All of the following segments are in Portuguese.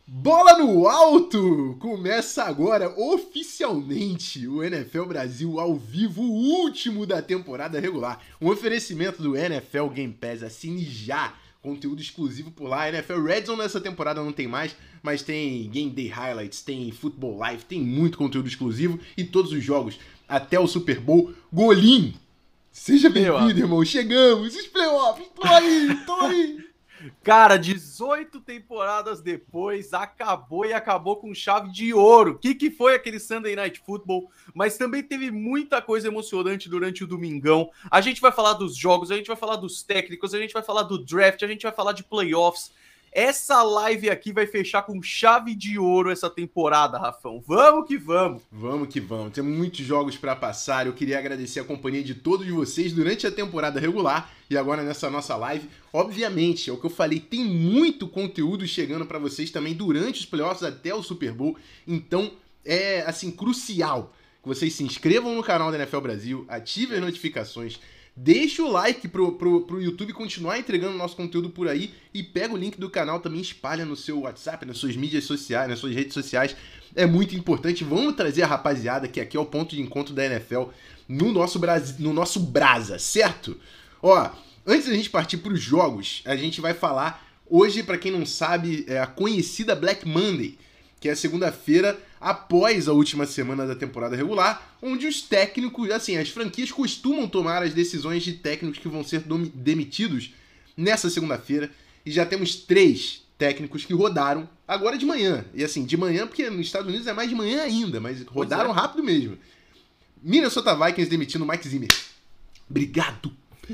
Bola no alto! Começa agora oficialmente o NFL Brasil ao vivo, o último da temporada regular. Um oferecimento do NFL Game Pass. Assine já! Conteúdo exclusivo por lá. NFL Red Zone nessa temporada não tem mais, mas tem Game Day Highlights, tem Football Live, tem muito conteúdo exclusivo e todos os jogos até o Super Bowl. Golim! Seja bem-vindo, irmão. Chegamos, os playoffs. Tô aí. Cara, 18 temporadas depois, acabou com chave de ouro. O que foi aquele Sunday Night Football? Mas também teve muita coisa emocionante durante o domingão. A gente vai falar dos jogos, a gente vai falar dos técnicos, a gente vai falar do draft, a gente vai falar de playoffs. Essa live aqui vai fechar com chave de ouro essa temporada, Rafão. Vamos que vamos! Vamos que vamos. Temos muitos jogos para passar. Eu queria agradecer a companhia de todos vocês durante a temporada regular e agora nessa nossa live. Obviamente, é o que eu falei, tem muito conteúdo chegando para vocês também durante os playoffs até o Super Bowl. Então, é assim crucial que vocês se inscrevam no canal da NFL Brasil, ativem as notificações, deixa o like pro YouTube continuar entregando nosso conteúdo por aí e pega o link do canal também, espalha no seu WhatsApp, nas suas mídias sociais, nas suas redes sociais. É muito importante. Vamos trazer a rapaziada que aqui é o ponto de encontro da NFL no nosso Brasa, certo? Ó, antes da gente partir pros jogos, a gente vai falar hoje, pra quem não sabe, é a conhecida Black Monday, que é a segunda-feira após a última semana da temporada regular, onde os técnicos, assim, as franquias costumam tomar as decisões de técnicos que vão ser demitidos nessa segunda-feira, e já temos 3 técnicos que rodaram agora de manhã, e assim, de manhã porque nos Estados Unidos é mais de manhã ainda, mas rodaram rápido mesmo. Minnesota Vikings demitindo Mike Zimmer. Obrigado!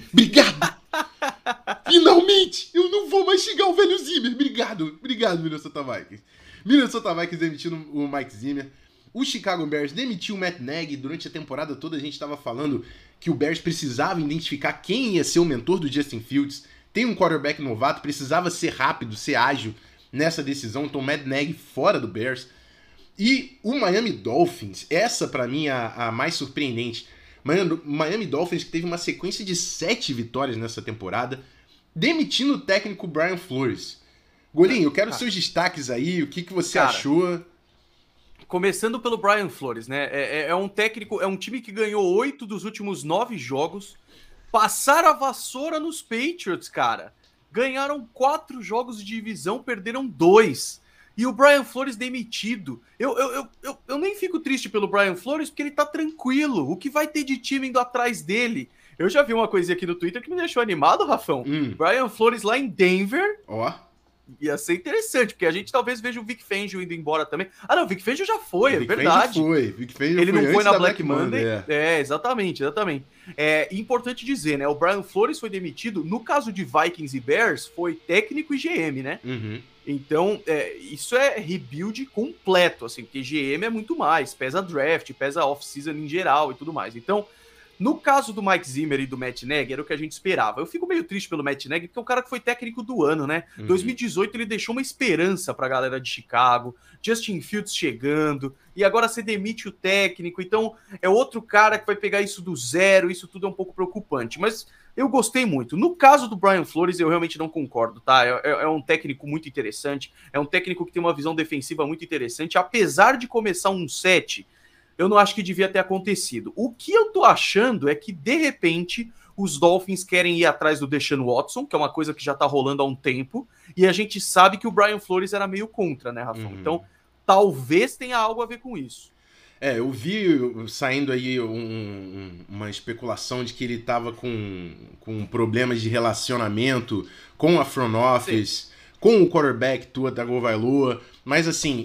Finalmente! Eu não vou mais xingar o velho Zimmer. Obrigado, Minnesota Vikings. Minnesota Vikings demitindo o Mike Zimmer. O Chicago Bears demitiu o Matt Nagy. Durante a temporada toda a gente estava falando que o Bears precisava identificar quem ia ser o mentor do Justin Fields. Tem um quarterback novato, precisava ser rápido, ser ágil nessa decisão. Então o Matt Nagy fora do Bears. E o Miami Dolphins, essa pra mim é a mais surpreendente. Miami Dolphins, que teve uma sequência de 7 vitórias nessa temporada, demitindo o técnico Brian Flores. Golinho, eu quero seus destaques aí, o que você achou? Começando pelo Brian Flores, né? É um técnico, é um time que ganhou 8 dos últimos 9 jogos, passaram a vassoura nos Patriots, cara. Ganharam 4 jogos de divisão, perderam 2. E o Brian Flores demitido. Eu nem fico triste pelo Brian Flores, porque ele tá tranquilo. O que vai ter de time indo atrás dele? Eu já vi uma coisinha aqui no Twitter que me deixou animado, Rafão. Brian Flores lá em Denver. Ó. Ia ser interessante, porque a gente talvez veja o Vic Fangio indo embora também. Ah, não, o Vic Fangio já foi, é verdade. Vic Fangio ele foi não foi na na Black Monday. Exatamente. É importante dizer, né? O Brian Flores foi demitido. No caso de Vikings e Bears, foi técnico e GM, né? Então, isso é rebuild completo, assim, porque GM é muito mais, pesa draft, pesa off-season em geral e tudo mais. Então, no caso do Mike Zimmer e do Matt Nagy, era o que a gente esperava. Eu fico meio triste pelo Matt Nagy, porque é um cara que foi técnico do ano, né? 2018 ele deixou uma esperança pra galera de Chicago, Justin Fields chegando, e agora você demite o técnico, então é outro cara que vai pegar isso do zero, isso tudo é um pouco preocupante, mas eu gostei muito. No caso do Brian Flores, eu realmente não concordo, tá? É um técnico muito interessante, é um técnico que tem uma visão defensiva muito interessante, apesar de começar um 7, eu não acho que devia ter acontecido. O que eu tô achando é que, de repente, os Dolphins querem ir atrás do Deshaun Watson, que é uma coisa que já tá rolando há um tempo, e a gente sabe que o Brian Flores era meio contra, né, Rafão? Então, talvez tenha algo a ver com isso. Eu vi saindo aí uma especulação de que ele tava com problemas de relacionamento com a front office, com o quarterback Tua Tagovailoa, mas assim,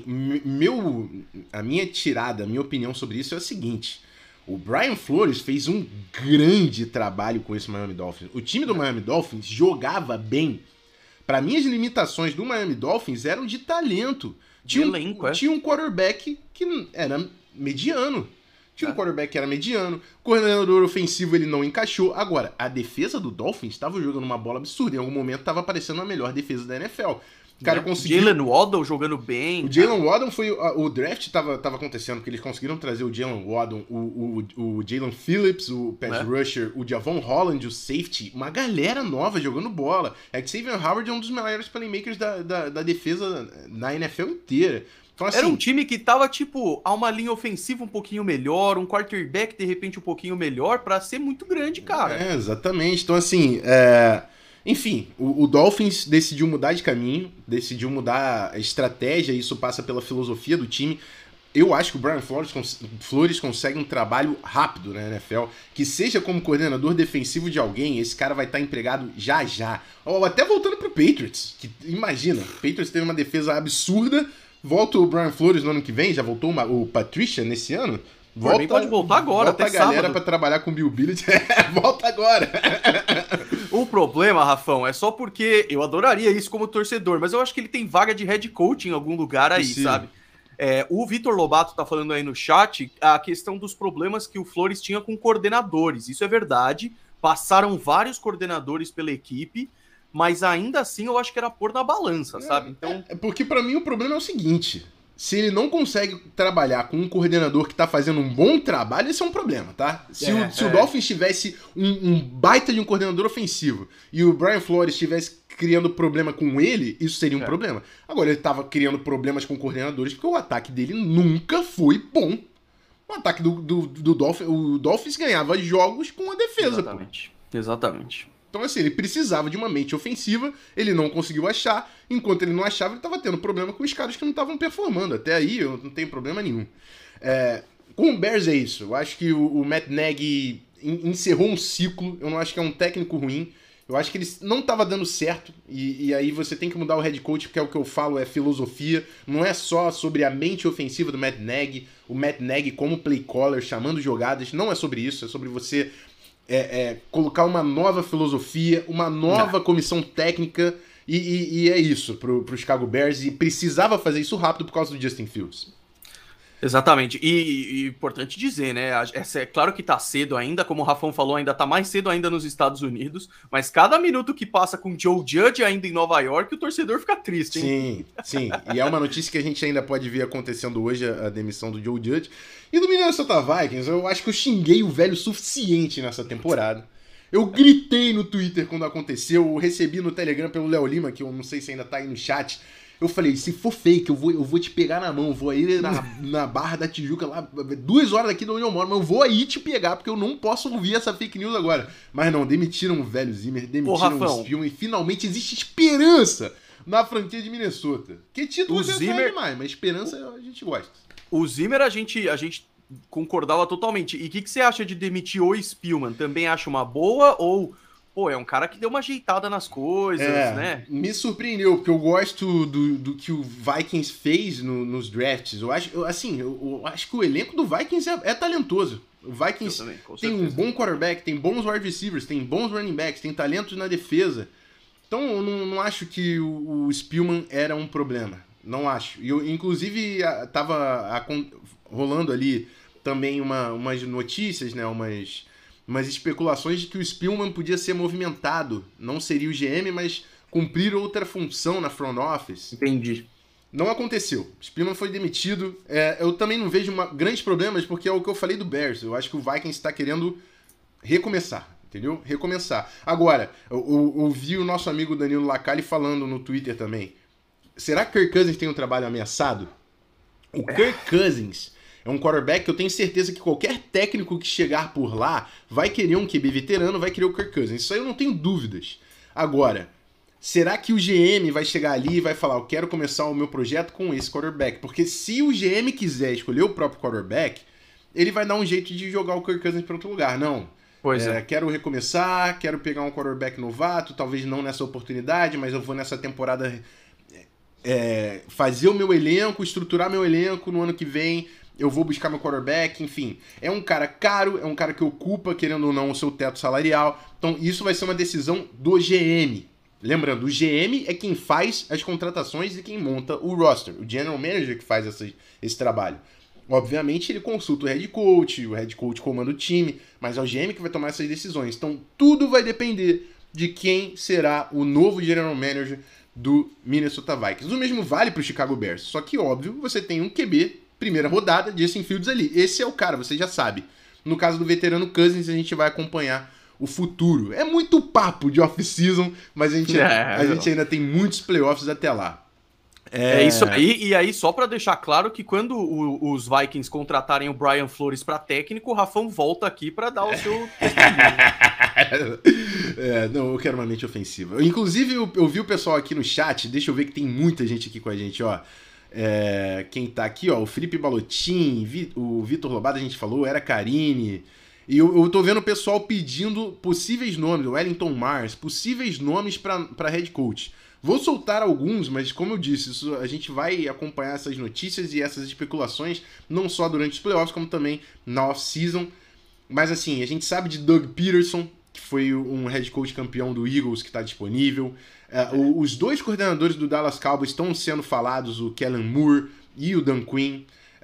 a minha opinião sobre isso é a seguinte: o Brian Flores fez um grande trabalho com esse Miami Dolphins. O time do Miami Dolphins jogava bem. Para mim, as limitações do Miami Dolphins eram de talento. Tinha um quarterback que era mediano. Tinha um quarterback que era mediano, coordenador ofensivo ele não encaixou. Agora, a defesa do Dolphins estava jogando uma bola absurda. Em algum momento estava parecendo a melhor defesa da NFL. O cara conseguiu... Jalen Waddle jogando bem. O Jalen Waddle foi... O draft tava acontecendo, porque eles conseguiram trazer o Jalen Waddle, o Jalen Phillips, o Pass Rusher, o Javon Holland, o safety, uma galera nova jogando bola. Xavier Howard é um dos maiores playmakers da defesa na NFL inteira. Então, assim, era um time que tava, tipo, a uma linha ofensiva um pouquinho melhor, um quarterback, de repente, um pouquinho melhor, pra ser muito grande, cara. Exatamente. Então, assim, enfim, o Dolphins decidiu mudar de caminho, decidiu mudar a estratégia, e isso passa pela filosofia do time. Eu acho que o Brian Flores consegue um trabalho rápido na NFL, que seja como coordenador defensivo de alguém, esse cara vai estar empregado já. Ou até voltando pro Patriots, que imagina, o Patriots teve uma defesa absurda. Volta o Brian Flores no ano que vem, já voltou o Patricia nesse ano. Pode voltar agora, volta até a galera para trabalhar com o Bill Billett. Volta agora. O problema, Rafão, é só porque eu adoraria isso como torcedor, mas eu acho que ele tem vaga de head coach em algum lugar aí, sabe? O Vitor Lobato tá falando aí no chat a questão dos problemas que o Flores tinha com coordenadores. Isso é verdade. Passaram vários coordenadores pela equipe, mas ainda assim eu acho que era pôr na balança, sabe? Então... Porque pra mim o problema é o seguinte: se ele não consegue trabalhar com um coordenador que tá fazendo um bom trabalho, esse é um problema, tá? Se o Dolphins tivesse um baita de um coordenador ofensivo e o Brian Flores estivesse criando problema com ele, isso seria um problema. Agora, ele tava criando problemas com coordenadores porque o ataque dele nunca foi bom. O ataque do Dolphins, o Dolphins ganhava jogos com a defesa. Exatamente. Então, assim, ele precisava de uma mente ofensiva, ele não conseguiu achar, enquanto ele não achava, ele estava tendo problema com os caras que não estavam performando. Até aí, eu não tenho problema nenhum. Com o Bears é isso. Eu acho que o Matt Nagy encerrou um ciclo, eu não acho que é um técnico ruim, eu acho que ele não estava dando certo, e aí você tem que mudar o head coach, porque é o que eu falo, é filosofia, não é só sobre a mente ofensiva do Matt Nagy, o Matt Nagy como play caller, chamando jogadas, não é sobre isso, é sobre você... colocar uma nova filosofia, uma nova comissão técnica, e é isso pro Chicago Bears, e precisava fazer isso rápido por causa do Justin Fields. Exatamente, e importante dizer, né, é claro que tá cedo ainda, como o Rafão falou, ainda tá mais cedo ainda nos Estados Unidos, mas cada minuto que passa com Joe Judge ainda em Nova York, o torcedor fica triste, hein? Sim, e é uma notícia que a gente ainda pode ver acontecendo hoje, a demissão do Joe Judge. E do Minnesota Vikings, eu acho que eu xinguei o velho suficiente nessa temporada. Eu gritei no Twitter quando aconteceu, eu recebi no Telegram pelo Léo Lima, que eu não sei se ainda tá aí no chat. Eu falei, se for fake, eu vou te pegar na mão, vou aí na Barra da Tijuca, lá 2 horas daqui de onde eu moro, mas eu vou aí te pegar, porque eu não posso ouvir essa fake news agora. Mas não, demitiram o velho Zimmer, demitiram o Spielman, e finalmente existe esperança na franquia de Minnesota. Que título é demais, mas esperança a gente gosta. O Zimmer a gente concordava totalmente. E o que você acha de demitir o Spielman? Também acha uma boa ou... Pô, é um cara que deu uma ajeitada nas coisas, né? Me surpreendeu, porque eu gosto do que o Vikings fez nos drafts. Eu acho que o elenco do Vikings é talentoso. O Vikings tem um bom quarterback, tem bons wide receivers, tem bons running backs, tem talentos na defesa. Então, eu não acho que o Spielman era um problema. Não acho. E inclusive, tava rolando ali também umas notícias, né? Umas especulações de que o Spielman podia ser movimentado. Não seria o GM, mas cumprir outra função na front office. Entendi. Não aconteceu. O Spielman foi demitido. Eu também não vejo grandes problemas, porque é o que eu falei do Bears. Eu acho que o Vikings está querendo recomeçar. Entendeu? Recomeçar. Agora, eu vi o nosso amigo Danilo Lacalle falando no Twitter também. Será que Kirk Cousins tem um trabalho ameaçado? O Kirk Cousins é um quarterback que eu tenho certeza que qualquer técnico que chegar por lá vai querer um QB veterano, vai querer o Kirk Cousins. Isso aí eu não tenho dúvidas. Agora, será que o GM vai chegar ali e vai falar, eu quero começar o meu projeto com esse quarterback? Porque se o GM quiser escolher o próprio quarterback, ele vai dar um jeito de jogar o Kirk Cousins para outro lugar. Não. Quero recomeçar, quero pegar um quarterback novato, talvez não nessa oportunidade, mas eu vou nessa temporada fazer o meu elenco, estruturar meu elenco no ano que vem, eu vou buscar meu quarterback, enfim. É um cara caro, é um cara que ocupa, querendo ou não, o seu teto salarial. Então isso vai ser uma decisão do GM. Lembrando, o GM é quem faz as contratações e quem monta o roster. O general manager que faz esse trabalho. Obviamente ele consulta o head coach comanda o time, mas é o GM que vai tomar essas decisões. Então tudo vai depender de quem será o novo general manager do Minnesota Vikings. O mesmo vale para o Chicago Bears, só que, óbvio, você tem um QB, primeira rodada, Justin Fields ali. Esse é o cara, você já sabe. No caso do veterano Cousins, a gente vai acompanhar o futuro. É muito papo de off-season, mas a gente ainda tem muitos playoffs até lá. É isso aí, e aí só para deixar claro que quando os Vikings contratarem o Brian Flores para técnico, o Rafão volta aqui para dar o seu não, eu quero uma mente ofensiva. Inclusive, eu vi o pessoal aqui no chat, deixa eu ver que tem muita gente aqui com a gente, ó. Quem tá aqui, ó, o Felipe Balotin, o Vitor Lobato, a gente falou, era Karine. E eu tô vendo o pessoal pedindo possíveis nomes, o Wellington Mars, possíveis nomes para head coach. Vou soltar alguns, mas como eu disse, a gente vai acompanhar essas notícias e essas especulações, não só durante os playoffs, como também na off-season. Mas assim, a gente sabe de Doug Peterson, que foi um head coach campeão do Eagles, que está disponível. Os dois coordenadores do Dallas Cowboys estão sendo falados, o Kellen Moore e o Dan Quinn.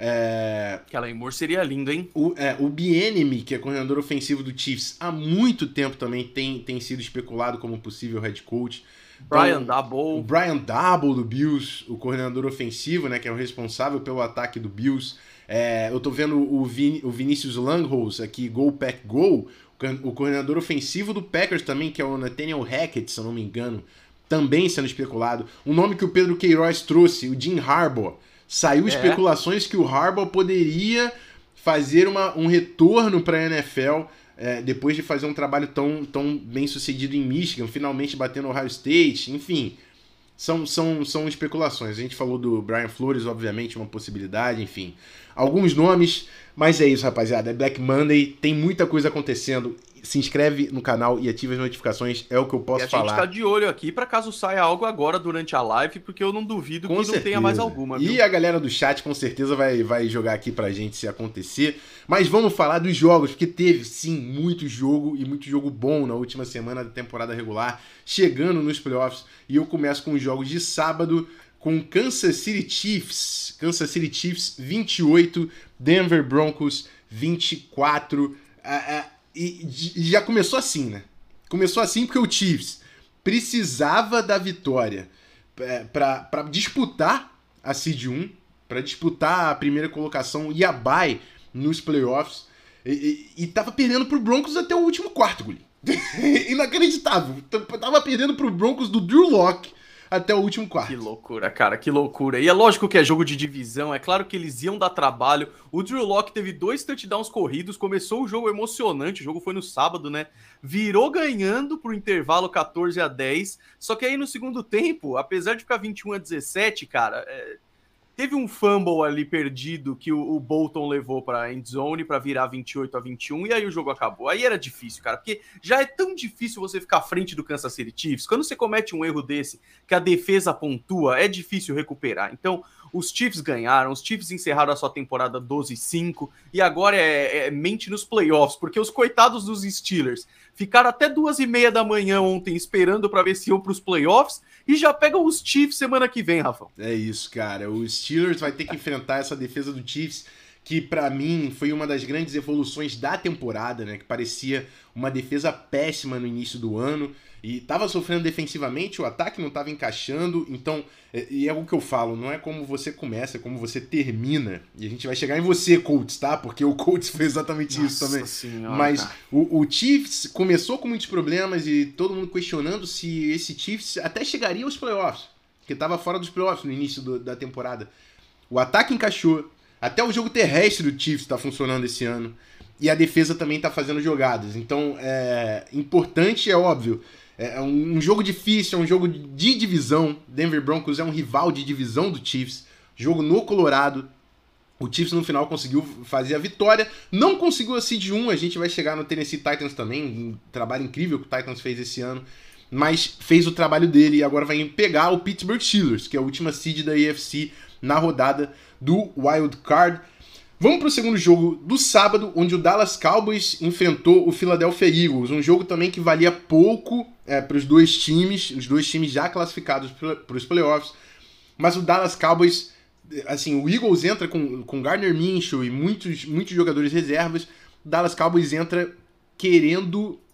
Kellen Moore seria lindo, hein? O Bieniemy, que é coordenador ofensivo do Chiefs, há muito tempo também tem sido especulado como possível head coach. Brian Daboll. O Brian Daboll do Bills, o coordenador ofensivo, né, que é o responsável pelo ataque do Bills. Eu tô vendo o Vinicius Langholz aqui, Go Pack Go, o coordenador ofensivo do Packers também, que é o Nathaniel Hackett, se eu não me engano, também sendo especulado. Um nome que o Pedro Queiroz trouxe, o Jim Harbaugh. Saiu especulações que o Harbaugh poderia fazer um retorno para a NFL depois de fazer um trabalho tão bem sucedido em Michigan, finalmente batendo Ohio State, enfim, são especulações. A gente falou do Brian Flores, obviamente, uma possibilidade, enfim, alguns nomes, mas é isso, rapaziada, é Black Monday, tem muita coisa acontecendo. Se inscreve no canal e ativa as notificações, é o que eu posso falar. A gente tá de olho aqui pra caso saia algo agora durante a live, porque eu não duvido que não tenha mais alguma. Viu? E a galera do chat com certeza vai jogar aqui pra gente se acontecer. Mas vamos falar dos jogos, porque teve sim muito jogo e muito jogo bom na última semana da temporada regular, chegando nos playoffs. E eu começo com os jogos de sábado, com Kansas City Chiefs. Kansas City Chiefs 28, Denver Broncos 24. E já começou assim, né? Começou assim porque o Chiefs precisava da vitória para disputar a Seed 1, para disputar a primeira colocação e a bye nos playoffs, e tava perdendo pro Broncos até o último quarto, Guli. Inacreditável. Tava perdendo pro Broncos do Drew Lock até o último quarto. Que loucura, cara, que loucura. E é lógico que é jogo de divisão, é claro que eles iam dar trabalho. O Drew Lock teve 2 touchdowns corridos, começou o jogo emocionante, o jogo foi no sábado, né? Virou ganhando pro intervalo 14-10, só que aí no segundo tempo, apesar de ficar 21-17, cara, teve um fumble ali perdido que o Bolton levou pra endzone pra virar 28-21 e aí o jogo acabou. Aí era difícil, cara, porque já é tão difícil você ficar à frente do Kansas City Chiefs. Quando você comete um erro desse, que a defesa pontua, é difícil recuperar. Então, os Chiefs ganharam, os Chiefs encerraram a sua temporada 12-5 e agora é mente nos playoffs, porque os coitados dos Steelers ficaram até 2:30 da manhã ontem esperando pra ver se iam pros playoffs e já pegam os Chiefs semana que vem, Rafa. É isso, cara. O Steelers vai ter que enfrentar essa defesa do Chiefs, que pra mim foi uma das grandes evoluções da temporada, né? Que parecia uma defesa péssima no início do ano e tava sofrendo defensivamente, o ataque não tava encaixando. Então, e é o que eu falo, não é como você começa, é como você termina. E a gente vai chegar em você, Colts, tá? Porque o Colts foi exatamente isso também. Senhora, mas o Chiefs começou com muitos problemas e todo mundo questionando se esse Chiefs até chegaria aos playoffs, porque tava fora dos playoffs no início da temporada. O ataque encaixou, até o jogo terrestre do Chiefs tá funcionando esse ano, e a defesa também tá fazendo jogadas. Então, importante, é óbvio, é um jogo difícil, é um jogo de divisão. Denver Broncos é um rival de divisão do Chiefs, jogo no Colorado. O Chiefs no final conseguiu fazer a vitória, não conseguiu a Seed 1, a gente vai chegar no Tennessee Titans também, um trabalho incrível que o Titans fez esse ano, mas fez o trabalho dele e agora vai pegar o Pittsburgh Steelers, que é a última seed da AFC na rodada do Wild Card. Vamos para o segundo jogo do sábado, onde o Dallas Cowboys enfrentou o Philadelphia Eagles, um jogo também que valia pouco para os dois times já classificados para os playoffs, mas o Dallas Cowboys, assim, o Eagles entra com Gardner Minshew e muitos jogadores reservas, o Dallas Cowboys entra querendo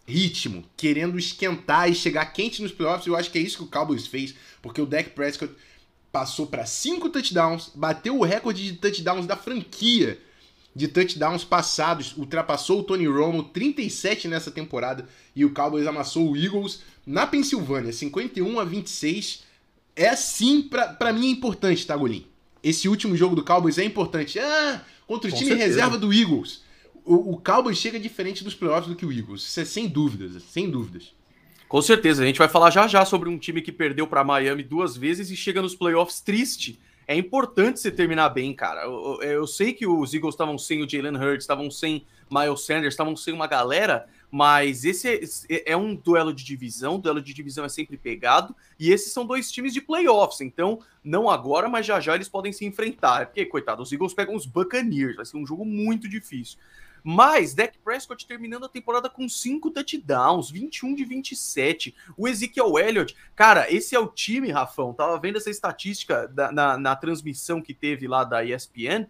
ritmo, querendo esquentar e chegar quente nos playoffs. Eu acho que é isso que o Cowboys fez, porque o Dak Prescott passou para 5 touchdowns, bateu o recorde de touchdowns da franquia de touchdowns passados, ultrapassou o Tony Romo, 37 nessa temporada, e o Cowboys amassou o Eagles na Pensilvânia, 51-26. É assim, pra mim é importante, tá, Golim? Esse último jogo do Cowboys é importante. Contra o time reserva do Eagles. O Cowboys chega diferente dos playoffs do que o Eagles. Isso é sem dúvidas, sem dúvidas. Com certeza, a gente vai falar já sobre um time que perdeu para Miami 2 vezes e chega nos playoffs triste. É importante você terminar bem, cara. Eu sei que os Eagles estavam sem o Jalen Hurts, estavam sem Miles Sanders, estavam sem uma galera, mas esse é um duelo de divisão. O duelo de divisão é sempre pegado, e esses são 2 times de playoffs, então não agora, mas já eles podem se enfrentar. Porque, coitado, os Eagles pegam os Buccaneers, vai ser um jogo muito difícil. Mas Dak Prescott terminando a temporada com 5 touchdowns, 21 de 27. O Ezekiel Elliott, cara, esse é o time, Rafão. Tava vendo essa estatística na transmissão que teve lá da ESPN.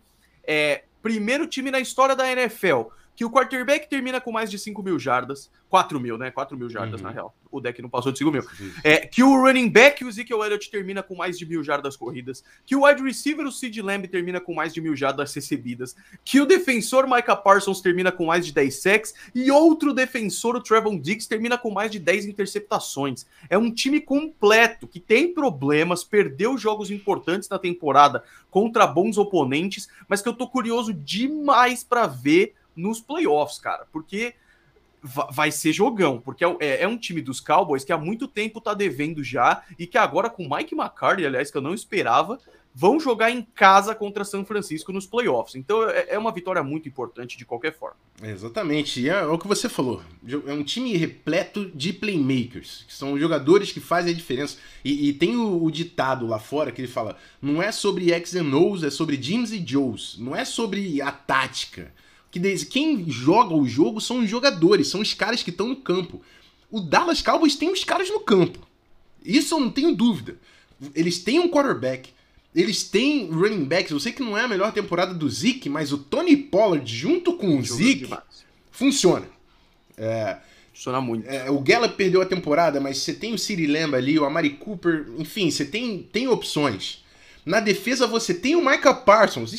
Primeiro time na história da NFL que o quarterback termina com mais de 5 mil jardas. 4 mil, né? 4 mil jardas, na real. O Dak não passou de 5 mil. Que o running back, o Ezekiel Elliott, termina com mais de 1.000 jardas corridas. Que o wide receiver, o CeeDee Lamb, termina com mais de 1.000 jardas recebidas. Que o defensor, Micah Parsons, termina com mais de 10 sacks. E outro defensor, o Trevon Diggs, termina com mais de 10 interceptações. É um time completo, que tem problemas, perdeu jogos importantes na temporada contra bons oponentes, mas que eu tô curioso demais pra ver nos playoffs, cara, porque vai ser jogão, porque é um time dos Cowboys que há muito tempo tá devendo já, e que agora com Mike McCarthy, aliás, que eu não esperava, vão jogar em casa contra São Francisco nos playoffs. Então é uma vitória muito importante de qualquer forma. Exatamente, e é o que você falou, é um time repleto de playmakers, que são jogadores que fazem a diferença, e tem o ditado lá fora que ele fala, não é sobre X and O's, é sobre Jims e Joes, não é sobre a tática. Quem joga o jogo são os jogadores, são os caras que estão no campo. O Dallas Cowboys tem os caras no campo. Isso eu não tenho dúvida. Eles têm um quarterback, eles têm running backs. Eu sei que não é a melhor temporada do Zeke, mas o Tony Pollard junto com o Zeke funciona. Funciona muito. O Gallup perdeu a temporada, mas você tem o CeeDee Lamb ali, o Amari Cooper, enfim, você tem opções. Na defesa você tem o Micah Parsons,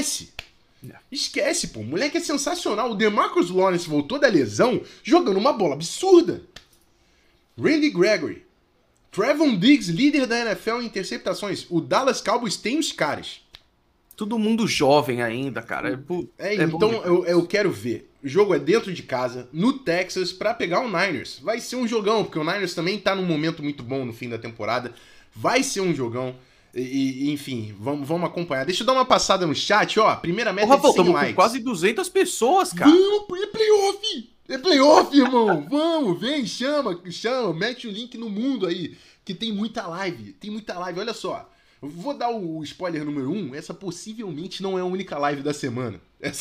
Esquece, pô. O moleque é sensacional. O DeMarcus Lawrence voltou da lesão jogando uma bola absurda. Randy Gregory. Trevon Diggs, líder da NFL em interceptações. O Dallas Cowboys tem os caras. Todo mundo jovem ainda, cara. Então eu quero ver. O jogo é dentro de casa, no Texas, pra pegar o Niners. Vai ser um jogão, porque o Niners também tá num momento muito bom no fim da temporada. Vai ser um jogão. Enfim, vamos acompanhar. Deixa eu dar uma passada no chat, ó. Primeira meta de 100 likes. Com quase 200 pessoas, cara. Vamos, é playoff! É playoff, irmão! Vamos, vem, chama, mete o link no mundo aí, que tem muita live, olha só. Vou dar o spoiler número 1, essa possivelmente não é a única live da semana.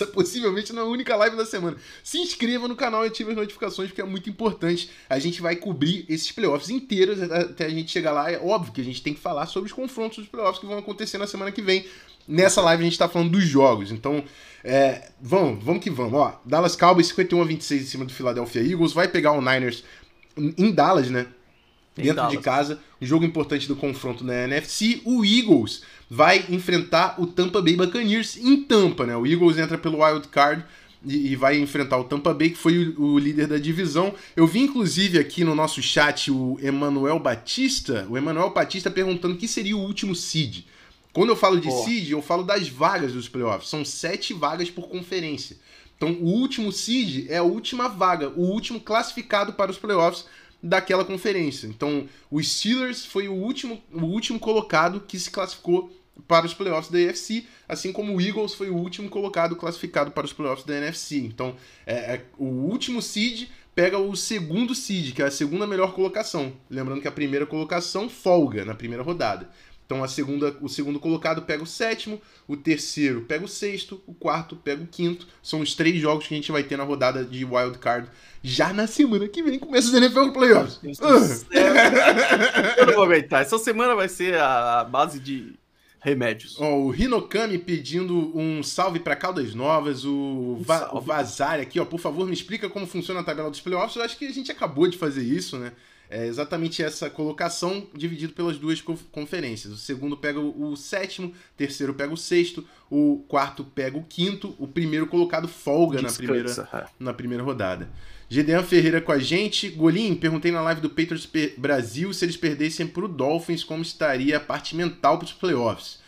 Se inscreva no canal e ative as notificações, porque é muito importante. A gente vai cobrir esses playoffs inteiros até a gente chegar lá. É óbvio que a gente tem que falar sobre os confrontos dos playoffs que vão acontecer na semana que vem. Nessa live a gente tá falando dos jogos, então vamos que vamos. Ó, Dallas Cowboys 51-26 em cima do Philadelphia Eagles, vai pegar o Niners em Dallas, né? Dentro de casa, um jogo importante do confronto na NFC. O Eagles vai enfrentar o Tampa Bay Buccaneers em Tampa, né? O Eagles entra pelo Wild Card e vai enfrentar o Tampa Bay, que foi o líder da divisão. Eu vi, inclusive, aqui no nosso chat o Emanuel Batista perguntando o que seria o último seed. Quando eu falo de seed, eu falo das vagas dos playoffs. São 7 vagas por conferência. Então, o último seed é a última vaga, o último classificado para os playoffs daquela conferência. Então, o Steelers foi o último colocado que se classificou para os playoffs da AFC, assim como o Eagles foi o último colocado classificado para os playoffs da NFC. Então, o último seed pega o segundo seed, que é a segunda melhor colocação. Lembrando que a primeira colocação folga na primeira rodada. Então, o segundo colocado pega o sétimo, o terceiro pega o sexto, o quarto pega o quinto. São os 3 jogos que a gente vai ter na rodada de Wild Card. Já na semana que vem começa os NFL Playoffs. Eu não vou aguentar. Essa semana vai ser a base de remédios. O Hinokami pedindo um salve para Caldas Novas, o Vazari aqui, por favor, me explica como funciona a tabela dos playoffs. Eu acho que a gente acabou de fazer isso, né? É exatamente essa colocação dividido pelas duas conferências. O segundo pega o sétimo, o terceiro pega o sexto, o quarto pega o quinto, o primeiro colocado folga na primeira rodada. Gedeon Ferreira com a gente. Golim, perguntei na live do Patriots Brasil se eles perdessem pro Dolphins, como estaria a parte mental pros playoffs.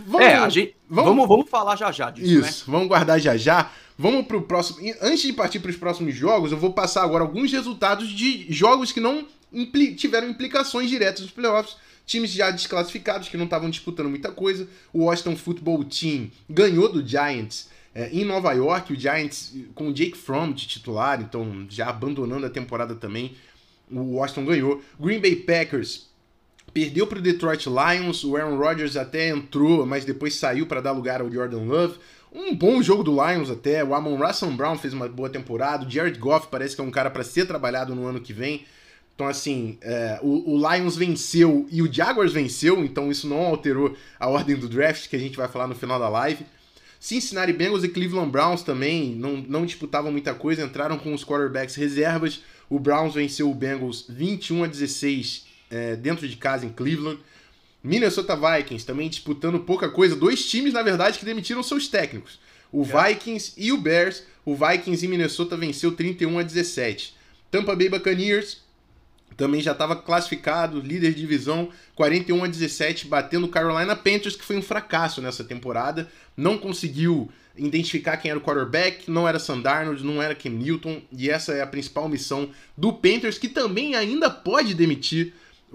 Vamos falar já disso, isso, né? Vamos guardar já. Vamos pro próximo. Antes de partir para os próximos jogos, eu vou passar agora alguns resultados de jogos que não tiveram implicações diretas nos playoffs. Times já desclassificados, que não estavam disputando muita coisa. O Washington Football Team ganhou do Giants em Nova York. O Giants com o Jake Fromm de titular, então já abandonando a temporada também. O Washington ganhou. Green Bay Packers perdeu para o Detroit Lions. O Aaron Rodgers até entrou, mas depois saiu para dar lugar ao Jordan Love. Um bom jogo do Lions até. O Amon-Ra St. Brown fez uma boa temporada. O Jared Goff parece que é um cara para ser trabalhado no ano que vem. Então, assim, o Lions venceu e o Jaguars venceu, então isso não alterou a ordem do draft, que a gente vai falar no final da live. Cincinnati Bengals e Cleveland Browns também não disputavam muita coisa, entraram com os quarterbacks reservas. O Browns venceu o Bengals 21-16 dentro de casa em Cleveland. Minnesota Vikings também disputando pouca coisa. Dois times, na verdade, que demitiram seus técnicos. O Vikings e o Bears. O Vikings em Minnesota venceu 31-17. Tampa Bay Buccaneers também já estava classificado, líder de divisão, 41-17, batendo o Carolina Panthers, que foi um fracasso nessa temporada. Não conseguiu identificar quem era o quarterback, não era Sam Darnold, não era Cam Newton, e essa é a principal missão do Panthers, que também ainda pode demitir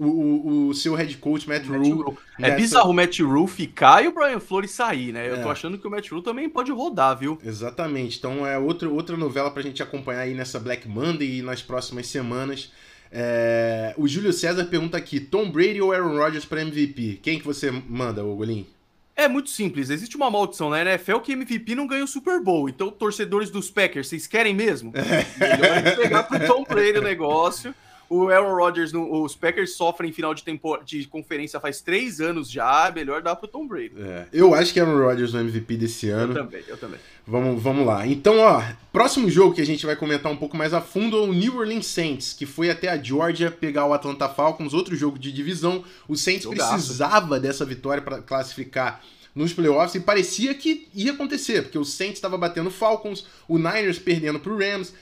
o seu head coach, Matt Rule. É bizarro o Matt Rule ficar e o Brian Flores sair, né? Eu tô achando que o Matt Rule também pode rodar, viu? Exatamente, então é outra novela pra gente acompanhar aí nessa Black Monday e nas próximas semanas. O Júlio César pergunta aqui, Tom Brady ou Aaron Rodgers para MVP? Quem que você manda, Golim? É muito simples, existe uma maldição na NFL que MVP não ganha o Super Bowl, então torcedores dos Packers, vocês querem mesmo? Melhor pegar pro Tom Brady o negócio. O Aaron Rodgers, os Packers sofrem final de conferência faz 3 anos já, melhor dar pro Tom Brady. Eu acho que Aaron Rodgers é o MVP desse ano. Eu também. Vamos lá. Então, próximo jogo que a gente vai comentar um pouco mais a fundo é o New Orleans Saints, que foi até a Georgia pegar o Atlanta Falcons, outro jogo de divisão. O Saints precisava dessa vitória para classificar nos playoffs e parecia que ia acontecer, porque o Saints estava batendo o Falcons, o Niners perdendo pro Rams,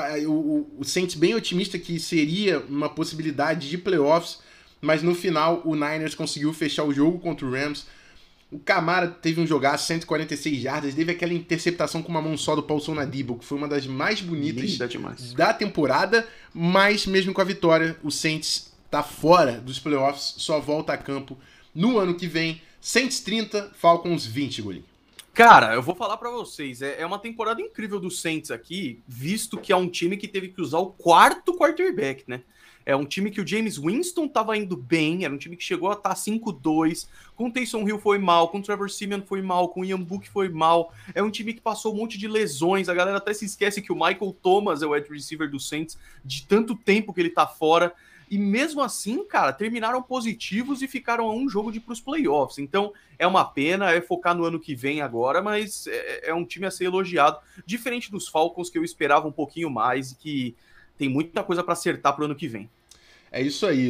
o Saints bem otimista que seria uma possibilidade de playoffs, mas no final o Niners conseguiu fechar o jogo contra o Rams. O Camara teve um jogaço, 146 jardas, teve aquela interceptação com uma mão só do Paulson Adebo, que foi uma das mais bonitas da temporada, mas mesmo com a vitória, o Saints tá fora dos playoffs, só volta a campo no ano que vem. Saints 30, Falcons 20, Golinho. Cara, eu vou falar pra vocês, é uma temporada incrível do Saints aqui, visto que é um time que teve que usar o 4º quarterback, né? É um time que o James Winston tava indo bem, era um time que chegou a estar 5-2, com o Taysom Hill foi mal, com o Trevor Siemian foi mal, com o Ian Book foi mal, é um time que passou um monte de lesões, a galera até se esquece que o Michael Thomas é o wide receiver do Saints, de tanto tempo que ele tá fora, e mesmo assim, cara, terminaram positivos e ficaram a um jogo de ir pros playoffs, então é uma pena, é focar no ano que vem agora, mas é um time a ser elogiado, diferente dos Falcons, que eu esperava um pouquinho mais e que tem muita coisa para acertar pro ano que vem. É isso aí,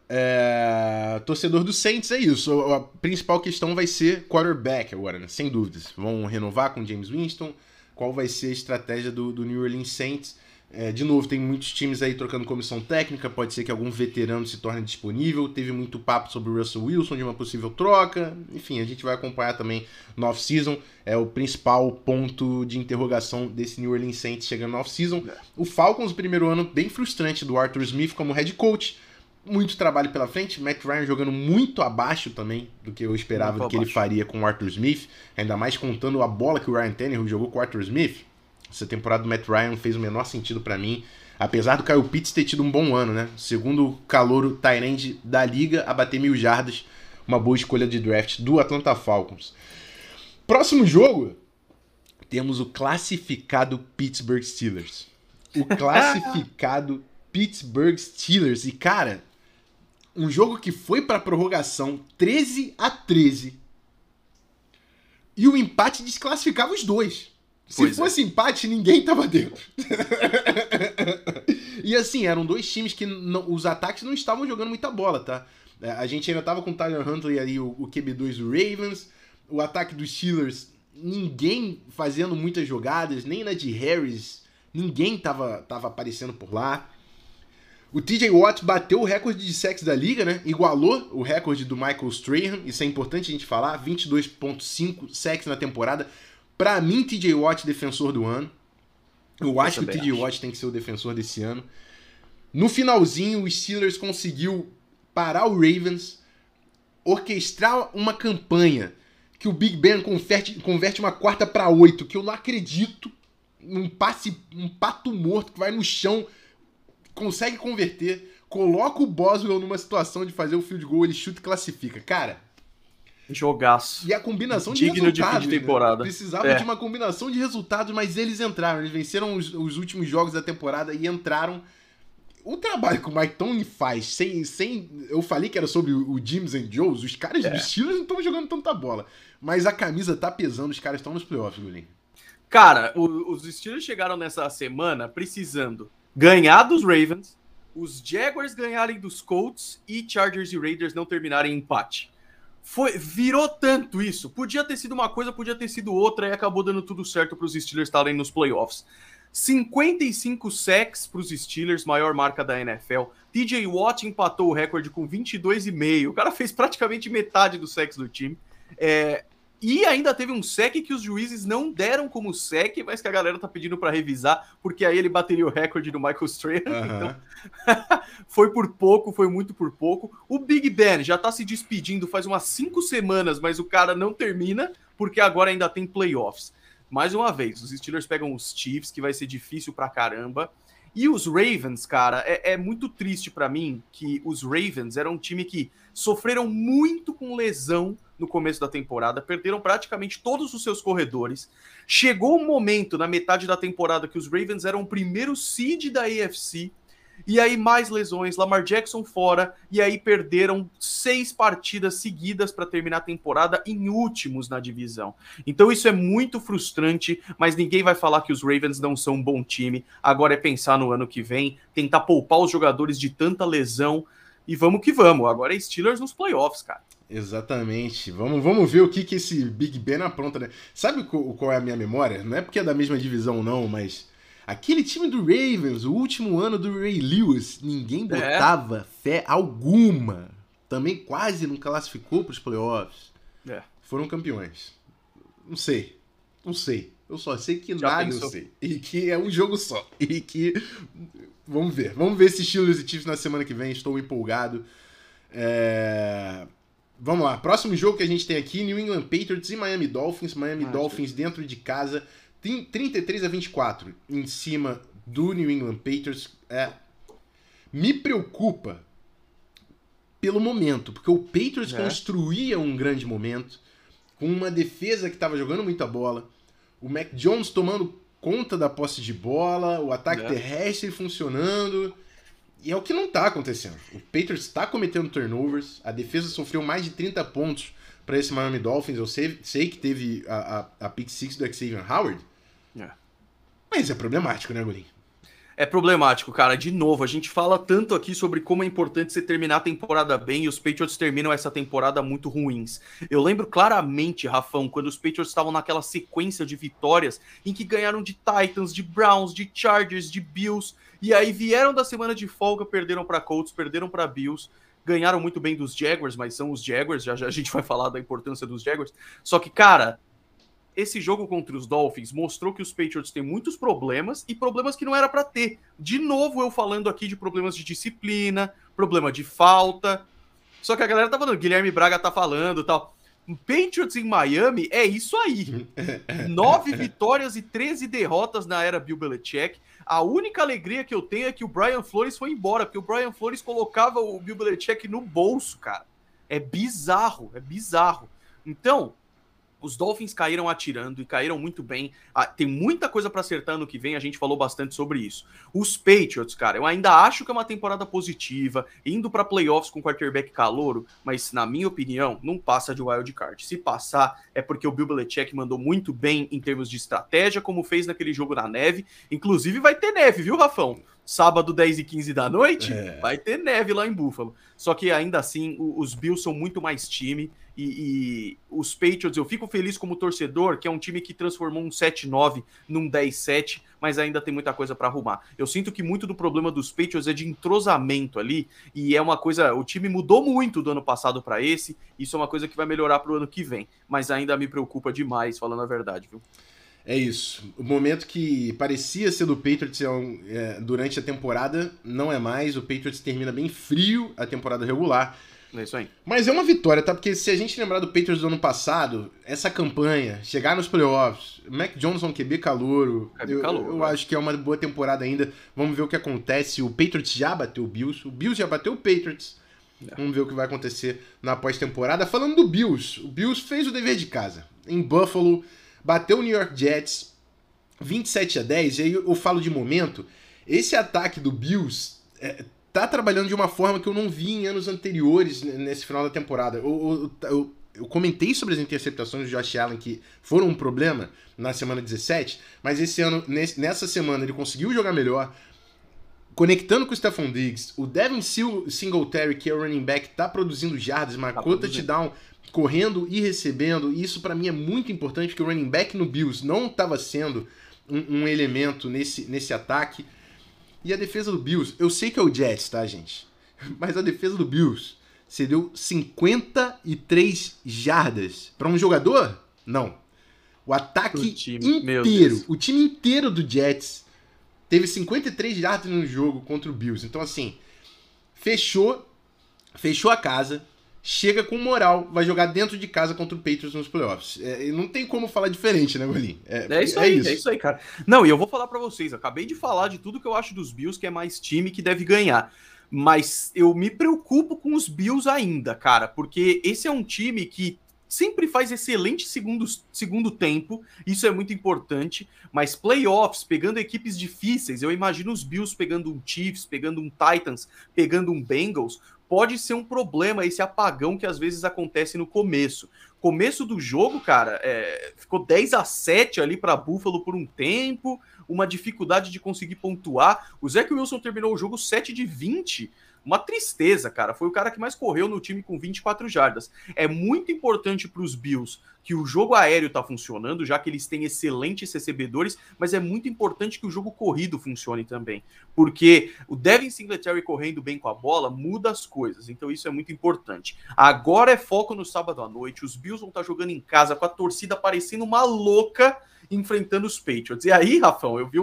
torcedor do Saints é isso. A principal questão vai ser quarterback agora, né? Sem dúvidas. Vão renovar com James Winston. Qual vai ser a estratégia do New Orleans Saints? De novo, tem muitos times aí trocando comissão técnica. Pode ser que algum veterano se torne disponível. Teve muito papo sobre o Russell Wilson de uma possível troca. Enfim, a gente vai acompanhar também no off-season. É o principal ponto de interrogação desse New Orleans Saints chegando no off-season. O Falcons, o primeiro ano bem frustrante do Arthur Smith como head coach. Muito trabalho pela frente. Matt Ryan jogando muito abaixo também do que eu esperava do que ele faria com o Arthur Smith. Ainda mais contando a bola que o Ryan Tannehill jogou com o Arthur Smith. Essa temporada do Matt Ryan fez o menor sentido pra mim. Apesar do Kyle Pitts ter tido um bom ano, né? Segundo calouro tight end da liga a bater 1.000 jardas. Uma boa escolha de draft do Atlanta Falcons. Próximo jogo, temos o classificado Pittsburgh Steelers. O classificado Pittsburgh Steelers. E, cara, um jogo que foi pra prorrogação 13-13. E o empate desclassificava os dois. Se fosse empate, ninguém tava dentro. E assim, eram dois times que os ataques não estavam jogando muita bola, tá? A gente ainda tava com o Tyler Huntley ali, o QB2 do Ravens. O ataque dos Steelers, ninguém fazendo muitas jogadas, nem na de Harris, ninguém tava aparecendo por lá. O TJ Watt bateu o recorde de sacks da liga, né? Igualou o recorde do Michael Strahan, isso é importante a gente falar, 22.5 sacks na temporada. Pra mim, TJ Watt, defensor do ano. Eu acho que o TJ Watt tem que ser o defensor desse ano. No finalzinho, o Steelers conseguiu parar o Ravens, orquestrar uma campanha que o Big Ben converte uma 4ª-8, que eu não acredito. Um pato morto que vai no chão, consegue converter, coloca o Boswell numa situação de fazer o field goal, ele chuta e classifica. Cara, jogaço. E a combinação de resultados, de temporada. Né? Precisava de uma combinação de resultados, mas eles entraram. Eles venceram os últimos jogos da temporada e entraram. O trabalho que o Mike Tomlin faz, sem eu falei que era sobre o Jims and Joes, os caras dos Steelers não estão jogando tanta bola. Mas a camisa tá pesando, os caras estão nos playoffs, Gulinho. Cara, os Steelers chegaram nessa semana precisando ganhar dos Ravens, os Jaguars ganharem dos Colts e Chargers e Raiders não terminarem em empate. Virou tanto isso. Podia ter sido uma coisa, podia ter sido outra, e acabou dando tudo certo para os Steelers estarem nos playoffs. 55 sacks para os Steelers, maior marca da NFL. TJ Watt empatou o recorde com 22,5. O cara fez praticamente metade dos sacks do time. E ainda teve um sack que os juízes não deram como sack, mas que a galera tá pedindo para revisar, porque aí ele bateria o recorde do Michael Strahan. Então, foi por pouco, foi muito por pouco. O Big Ben já tá se despedindo faz umas 5 semanas, mas o cara não termina, porque agora ainda tem playoffs. Mais uma vez, os Steelers pegam os Chiefs, que vai ser difícil pra caramba. E os Ravens, cara, é muito triste pra mim que os Ravens eram um time que sofreram muito com lesão no começo da temporada, perderam praticamente todos os seus corredores. Chegou um momento na metade da temporada que os Ravens eram o primeiro seed da AFC, e aí mais lesões, Lamar Jackson fora, e aí perderam 6 partidas seguidas para terminar a temporada em últimos na divisão. Então isso é muito frustrante, mas ninguém vai falar que os Ravens não são um bom time. Agora é pensar no ano que vem, tentar poupar os jogadores de tanta lesão, e vamos que vamos. Agora é Steelers nos playoffs, cara. Exatamente. Vamos ver o que esse Big Ben apronta, né? Sabe qual é a minha memória? Não é porque é da mesma divisão, não, mas aquele time do Ravens, o último ano do Ray Lewis, ninguém botava fé alguma. Também quase não classificou para os playoffs. Foram campeões. Não sei. Eu só sei que nada eu sei. E que é um jogo só. E que... Vamos ver. Vamos ver esses Steelers e Chiefs na semana que vem. Estou empolgado. Vamos lá. Próximo jogo que a gente tem aqui, New England Patriots e Miami Dolphins. Dolphins dentro de casa. 33-24 em cima do New England Patriots. Me preocupa pelo momento, porque o Patriots construía um grande momento, com uma defesa que estava jogando muita bola, o Mac Jones tomando conta da posse de bola, o ataque terrestre funcionando, e é o que não está acontecendo. O Patriots está cometendo turnovers, a defesa sofreu mais de 30 pontos para esse Miami Dolphins. Eu sei que teve a pick six do Xavier Howard, mas é problemático, né, Golinho? É problemático, cara. De novo, a gente fala tanto aqui sobre como é importante você terminar a temporada bem, e os Patriots terminam essa temporada muito ruins. Eu lembro claramente, Rafão, quando os Patriots estavam naquela sequência de vitórias em que ganharam de Titans, de Browns, de Chargers, de Bills, e aí vieram da semana de folga, perderam para Colts, perderam para Bills, ganharam muito bem dos Jaguars, mas são os Jaguars, já a gente vai falar da importância dos Jaguars. Só que, cara, esse jogo contra os Dolphins mostrou que os Patriots têm muitos problemas, e problemas que não era para ter. De novo, eu falando aqui de problemas de disciplina, problema de falta. Só que a galera tá falando, Guilherme Braga tá falando e tal. Patriots em Miami é isso aí. 9 vitórias e 13 derrotas na era Bill Belichick. A única alegria que eu tenho é que o Brian Flores foi embora, porque o Brian Flores colocava o Bill Belichick no bolso, cara. É bizarro, é bizarro. Então, Os Dolphins caíram atirando e caíram muito bem. Tem muita coisa para acertar no que vem, a gente falou bastante sobre isso. Os Patriots, cara, eu ainda acho que é uma temporada positiva, indo para playoffs com quarterback calouro, mas na minha opinião, não passa de wild card. Se passar, é porque o Bill Belichick mandou muito bem em termos de estratégia, como fez naquele jogo na neve. Inclusive vai ter neve, viu, Rafão? Sábado, 10h15 da noite, vai ter neve lá em Buffalo. Só que ainda assim, os Bills são muito mais time. E os Patriots, eu fico feliz como torcedor, que é um time que transformou um 7-9 num 10-7, mas ainda tem muita coisa para arrumar. Eu sinto que muito do problema dos Patriots é de entrosamento ali, e é uma coisa, o time mudou muito do ano passado para esse, isso é uma coisa que vai melhorar pro ano que vem, mas ainda me preocupa demais, falando a verdade, viu? É isso. O momento que parecia ser do Patriots durante a temporada, não é mais. O Patriots termina bem frio a temporada regular. É isso aí. Mas é uma vitória, tá? Porque se a gente lembrar do Patriots do ano passado, essa campanha, chegar nos playoffs, Mac Jones é um QB calouro, eu acho que é uma boa temporada ainda. Vamos ver o que acontece. O Patriots já bateu o Bills já bateu o Patriots. Vamos ver o que vai acontecer na pós-temporada. Falando do Bills, o Bills fez o dever de casa. Em Buffalo, bateu o New York Jets 27-10, e aí eu falo de momento, esse ataque do Bills tá trabalhando de uma forma que eu não vi em anos anteriores nesse final da temporada. Eu comentei sobre as interceptações do Josh Allen, que foram um problema na semana 17, mas esse ano, nessa semana, ele conseguiu jogar melhor, conectando com o Stephon Diggs. O Devin Singletary, que é o running back, tá produzindo jardas, marcou touchdown, correndo e recebendo, e isso pra mim é muito importante, porque o running back no Bills não estava sendo um elemento nesse ataque. E a defesa do Bills, eu sei que é o Jets, tá, gente? Mas a defesa do Bills cedeu 53 jardas para um jogador? Não. O ataque inteiro, o time inteiro do Jets teve 53 jardas no jogo contra o Bills. Então, assim, fechou a casa, chega com moral, vai jogar dentro de casa contra o Patriots nos playoffs. Não tem como falar diferente, né, Golim? É isso aí, cara. Não, e eu vou falar pra vocês, acabei de falar de tudo que eu acho dos Bills, que é mais time que deve ganhar. Mas eu me preocupo com os Bills ainda, cara, porque esse é um time que sempre faz excelente segundo tempo, isso é muito importante, mas playoffs, pegando equipes difíceis, eu imagino os Bills pegando um Chiefs, pegando um Titans, pegando um Bengals, pode ser um problema esse apagão que às vezes acontece no começo. Começo do jogo, cara, ficou 10-7 ali para Buffalo por um tempo, uma dificuldade de conseguir pontuar. O Zach Wilson terminou o jogo 7-20, uma tristeza, cara. Foi o cara que mais correu no time com 24 jardas. É muito importante para os Bills que o jogo aéreo tá funcionando, já que eles têm excelentes recebedores, mas é muito importante que o jogo corrido funcione também, porque o Devin Singletary correndo bem com a bola muda as coisas, então isso é muito importante. Agora é foco no sábado à noite, os Bills vão estar jogando em casa com a torcida parecendo uma louca, enfrentando os Patriots. E aí, Rafão, eu vi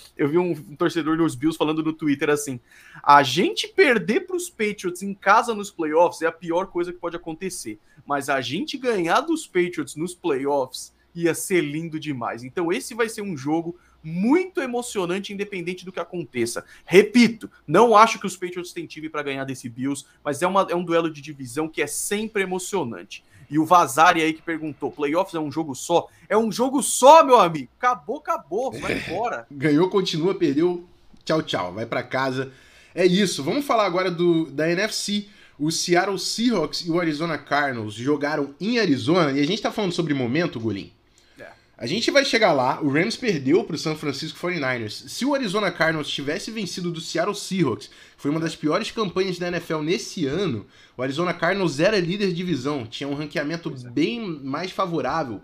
um torcedor dos Bills falando no Twitter assim: a gente perder para os Patriots em casa nos playoffs é a pior coisa que pode acontecer, mas a gente ganhar dos Patriots nos playoffs ia ser lindo demais. Então esse vai ser um jogo muito emocionante, independente do que aconteça. Repito, não acho que os Patriots têm time para ganhar desse Bills, mas é um duelo de divisão que é sempre emocionante. E o Vazari aí que perguntou, playoffs é um jogo só? É um jogo só, meu amigo. Acabou, vai embora. Ganhou, continua, perdeu, tchau, vai para casa. É isso, vamos falar agora da NFC. O Seattle Seahawks e o Arizona Cardinals jogaram em Arizona, e a gente tá falando sobre momento, Golim. A gente vai chegar lá, o Rams perdeu pro San Francisco 49ers. Se o Arizona Cardinals tivesse vencido do Seattle Seahawks, foi uma das piores campanhas da NFL nesse ano, o Arizona Cardinals era líder de divisão, tinha um ranqueamento bem mais favorável,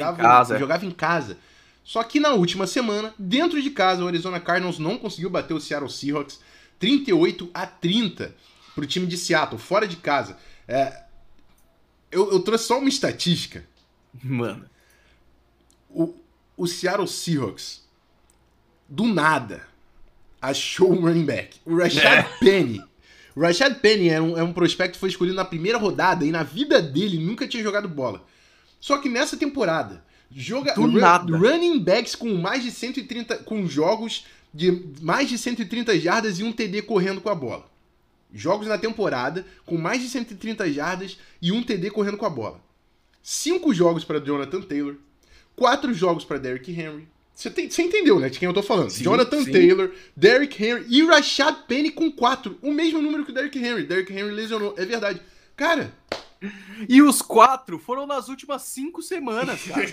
jogava em casa. Só que na última semana, dentro de casa, o Arizona Cardinals não conseguiu bater o Seattle Seahawks 38-30 pro time de Seattle, fora de casa. Eu trouxe só uma estatística. Mano. O Seattle Seahawks, do nada, achou um running back. O Rashad Penny. O Rashad Penny é um prospecto que foi escolhido na primeira rodada e na vida dele nunca tinha jogado bola. Só que nessa temporada, running backs com mais de 130, com jogos de mais de 130 jardas e um TD correndo com a bola. Jogos na temporada com mais de 130 jardas e um TD correndo com a bola. 5 jogos para Jonathan Taylor, 4 jogos para Derrick Henry. Você entendeu, né, de quem eu tô falando? Sim, Jonathan Taylor, Derrick Henry e Rashad Penny com 4. O mesmo número que o Derrick Henry. Derrick Henry lesionou, é verdade. Cara... E os 4 foram nas últimas 5 semanas, cara.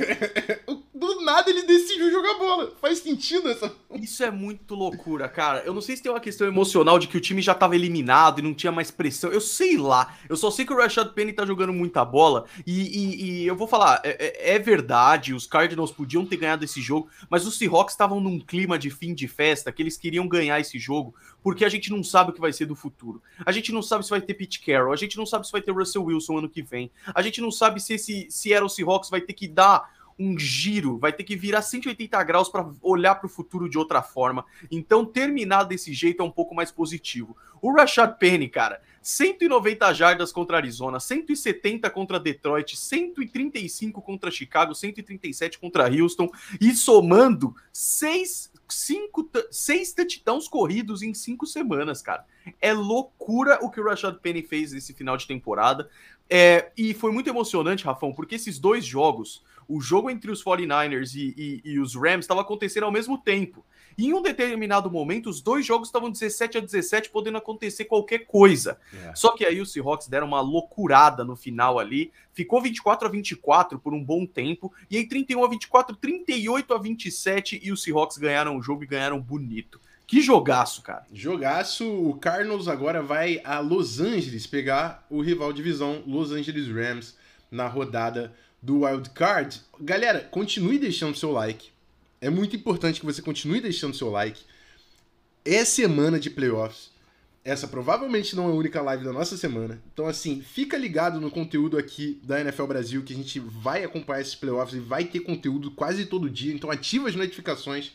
Do nada ele decidiu jogar bola. Faz sentido essa... Isso é muito loucura, cara. Eu não sei se tem uma questão emocional de que o time já tava eliminado e não tinha mais pressão. Eu sei lá. Eu só sei que o Rashad Penny tá jogando muita bola. E eu vou falar, é verdade, os Cardinals podiam ter ganhado esse jogo, mas os Seahawks estavam num clima de fim de festa, que eles queriam ganhar esse jogo, porque a gente não sabe o que vai ser do futuro. A gente não sabe se vai ter Pete Carroll, a gente não sabe se vai ter Russell Wilson ano que vem. A gente não sabe se era o Seahawks vai ter que dar um giro, vai ter que virar 180 graus para olhar para o futuro de outra forma. Então, terminar desse jeito é um pouco mais positivo. O Rashad Penny, cara, 190 jardas contra Arizona, 170 contra Detroit, 135 contra Chicago, 137 contra Houston, e somando 6 touchdowns corridos em 5 semanas, cara. É loucura o que o Rashad Penny fez nesse final de temporada. E foi muito emocionante, Rafão, porque esses 2 jogos, o jogo entre os 49ers e os Rams estava acontecendo ao mesmo tempo. E em um determinado momento, os 2 jogos estavam 17-17, podendo acontecer qualquer coisa. Só que aí os Seahawks deram uma loucurada no final ali, ficou 24-24 por um bom tempo, e aí 31-24, 38-27, e os Seahawks ganharam o jogo e ganharam bonito. Que jogaço, cara. Jogaço. O Cardinals agora vai a Los Angeles pegar o rival de divisão Los Angeles Rams na rodada do Wild Card. Galera, continue deixando seu like. É muito importante que você continue deixando seu like. É semana de playoffs. Essa provavelmente não é a única live da nossa semana. Então, assim, fica ligado no conteúdo aqui da NFL Brasil, que a gente vai acompanhar esses playoffs e vai ter conteúdo quase todo dia. Então, ativa as notificações.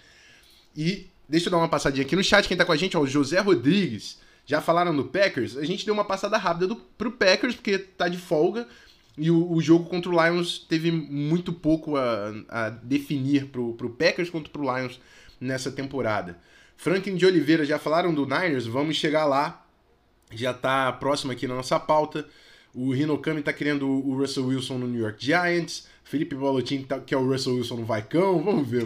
E deixa eu dar uma passadinha aqui no chat. Quem tá com a gente, ó, o José Rodrigues. Já falaram do Packers? A gente deu uma passada rápida pro Packers, porque tá de folga. E o jogo contra o Lions teve muito pouco a definir pro Packers contra pro Lions nessa temporada. Franklin de Oliveira, já falaram do Niners? Vamos chegar lá. Já tá próximo aqui na nossa pauta. O Hinokami tá querendo o Russell Wilson no New York Giants. Felipe Balotin quer o Russell Wilson no Vaicão. Vamos ver.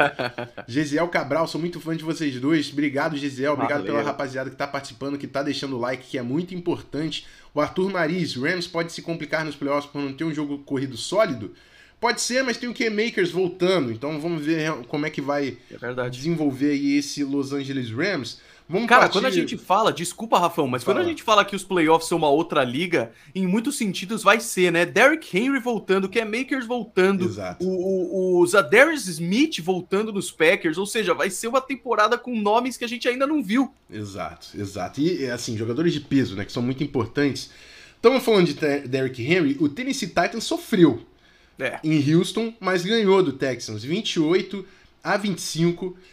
Gesiel Cabral, sou muito fã de vocês dois. Obrigado, Gesiel. Obrigado pela rapaziada que tá participando, que tá deixando o like, que é muito importante. O Arthur Mariz, Rams pode se complicar nos playoffs por não ter um jogo corrido sólido? Pode ser, mas tem o K-Makers voltando. Então vamos ver como é que vai desenvolver aí esse Los Angeles Rams. Quando a gente fala, desculpa, Rafão, mas quando a gente fala que os playoffs são uma outra liga, em muitos sentidos vai ser, né? Derrick Henry voltando, Cam-Makers voltando, o Zadarius Smith voltando nos Packers, ou seja, vai ser uma temporada com nomes que a gente ainda não viu. Exato. E, assim, jogadores de peso, né, que são muito importantes. Estamos falando de Derrick Henry, o Tennessee Titans sofreu em Houston, mas ganhou do Texans, 28-25.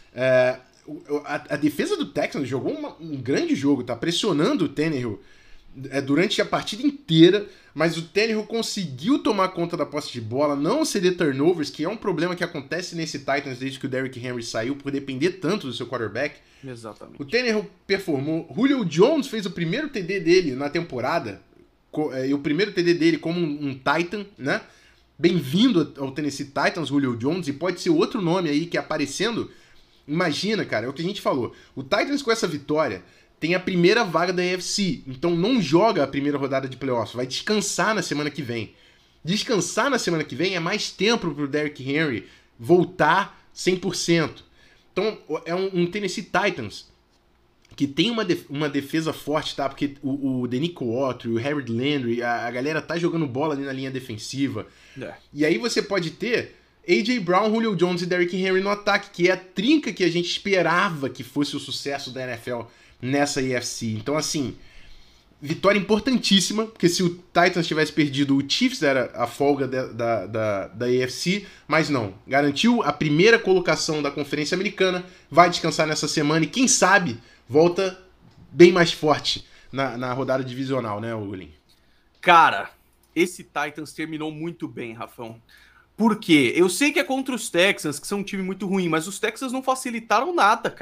A defesa do Texans jogou um grande jogo, tá pressionando o Tannehill durante a partida inteira, mas o Tannehill conseguiu tomar conta da posse de bola, não ceder turnovers, que é um problema que acontece nesse Titans desde que o Derrick Henry saiu, por depender tanto do seu quarterback. Exatamente. O Tannehill performou. Julio Jones fez o primeiro TD dele na temporada, e o primeiro TD dele como um Titan, né? Bem-vindo ao Tennessee Titans, Julio Jones, e pode ser outro nome aí que aparecendo. Imagina, cara, é o que a gente falou. O Titans com essa vitória tem a primeira vaga da AFC, então não joga a primeira rodada de playoffs, vai descansar na semana que vem. Descansar na semana que vem é mais tempo pro Derrick Henry voltar 100%. Então é um Tennessee Titans que tem uma defesa forte, tá? Porque o Denico Autry, o Harold Landry, a galera tá jogando bola ali na linha defensiva. E aí você pode ter A.J. Brown, Julio Jones e Derrick Henry no ataque, que é a trinca que a gente esperava que fosse o sucesso da NFL nessa AFC. Então, assim, vitória importantíssima, porque se o Titans tivesse perdido, o Chiefs era a folga da AFC, mas não. Garantiu a primeira colocação da Conferência Americana, vai descansar nessa semana e, quem sabe, volta bem mais forte na rodada divisional, né, Ulin? Cara, esse Titans terminou muito bem, Rafão. Por quê? Eu sei que é contra os Texans, que são um time muito ruim, mas os Texans não facilitaram nada, cara.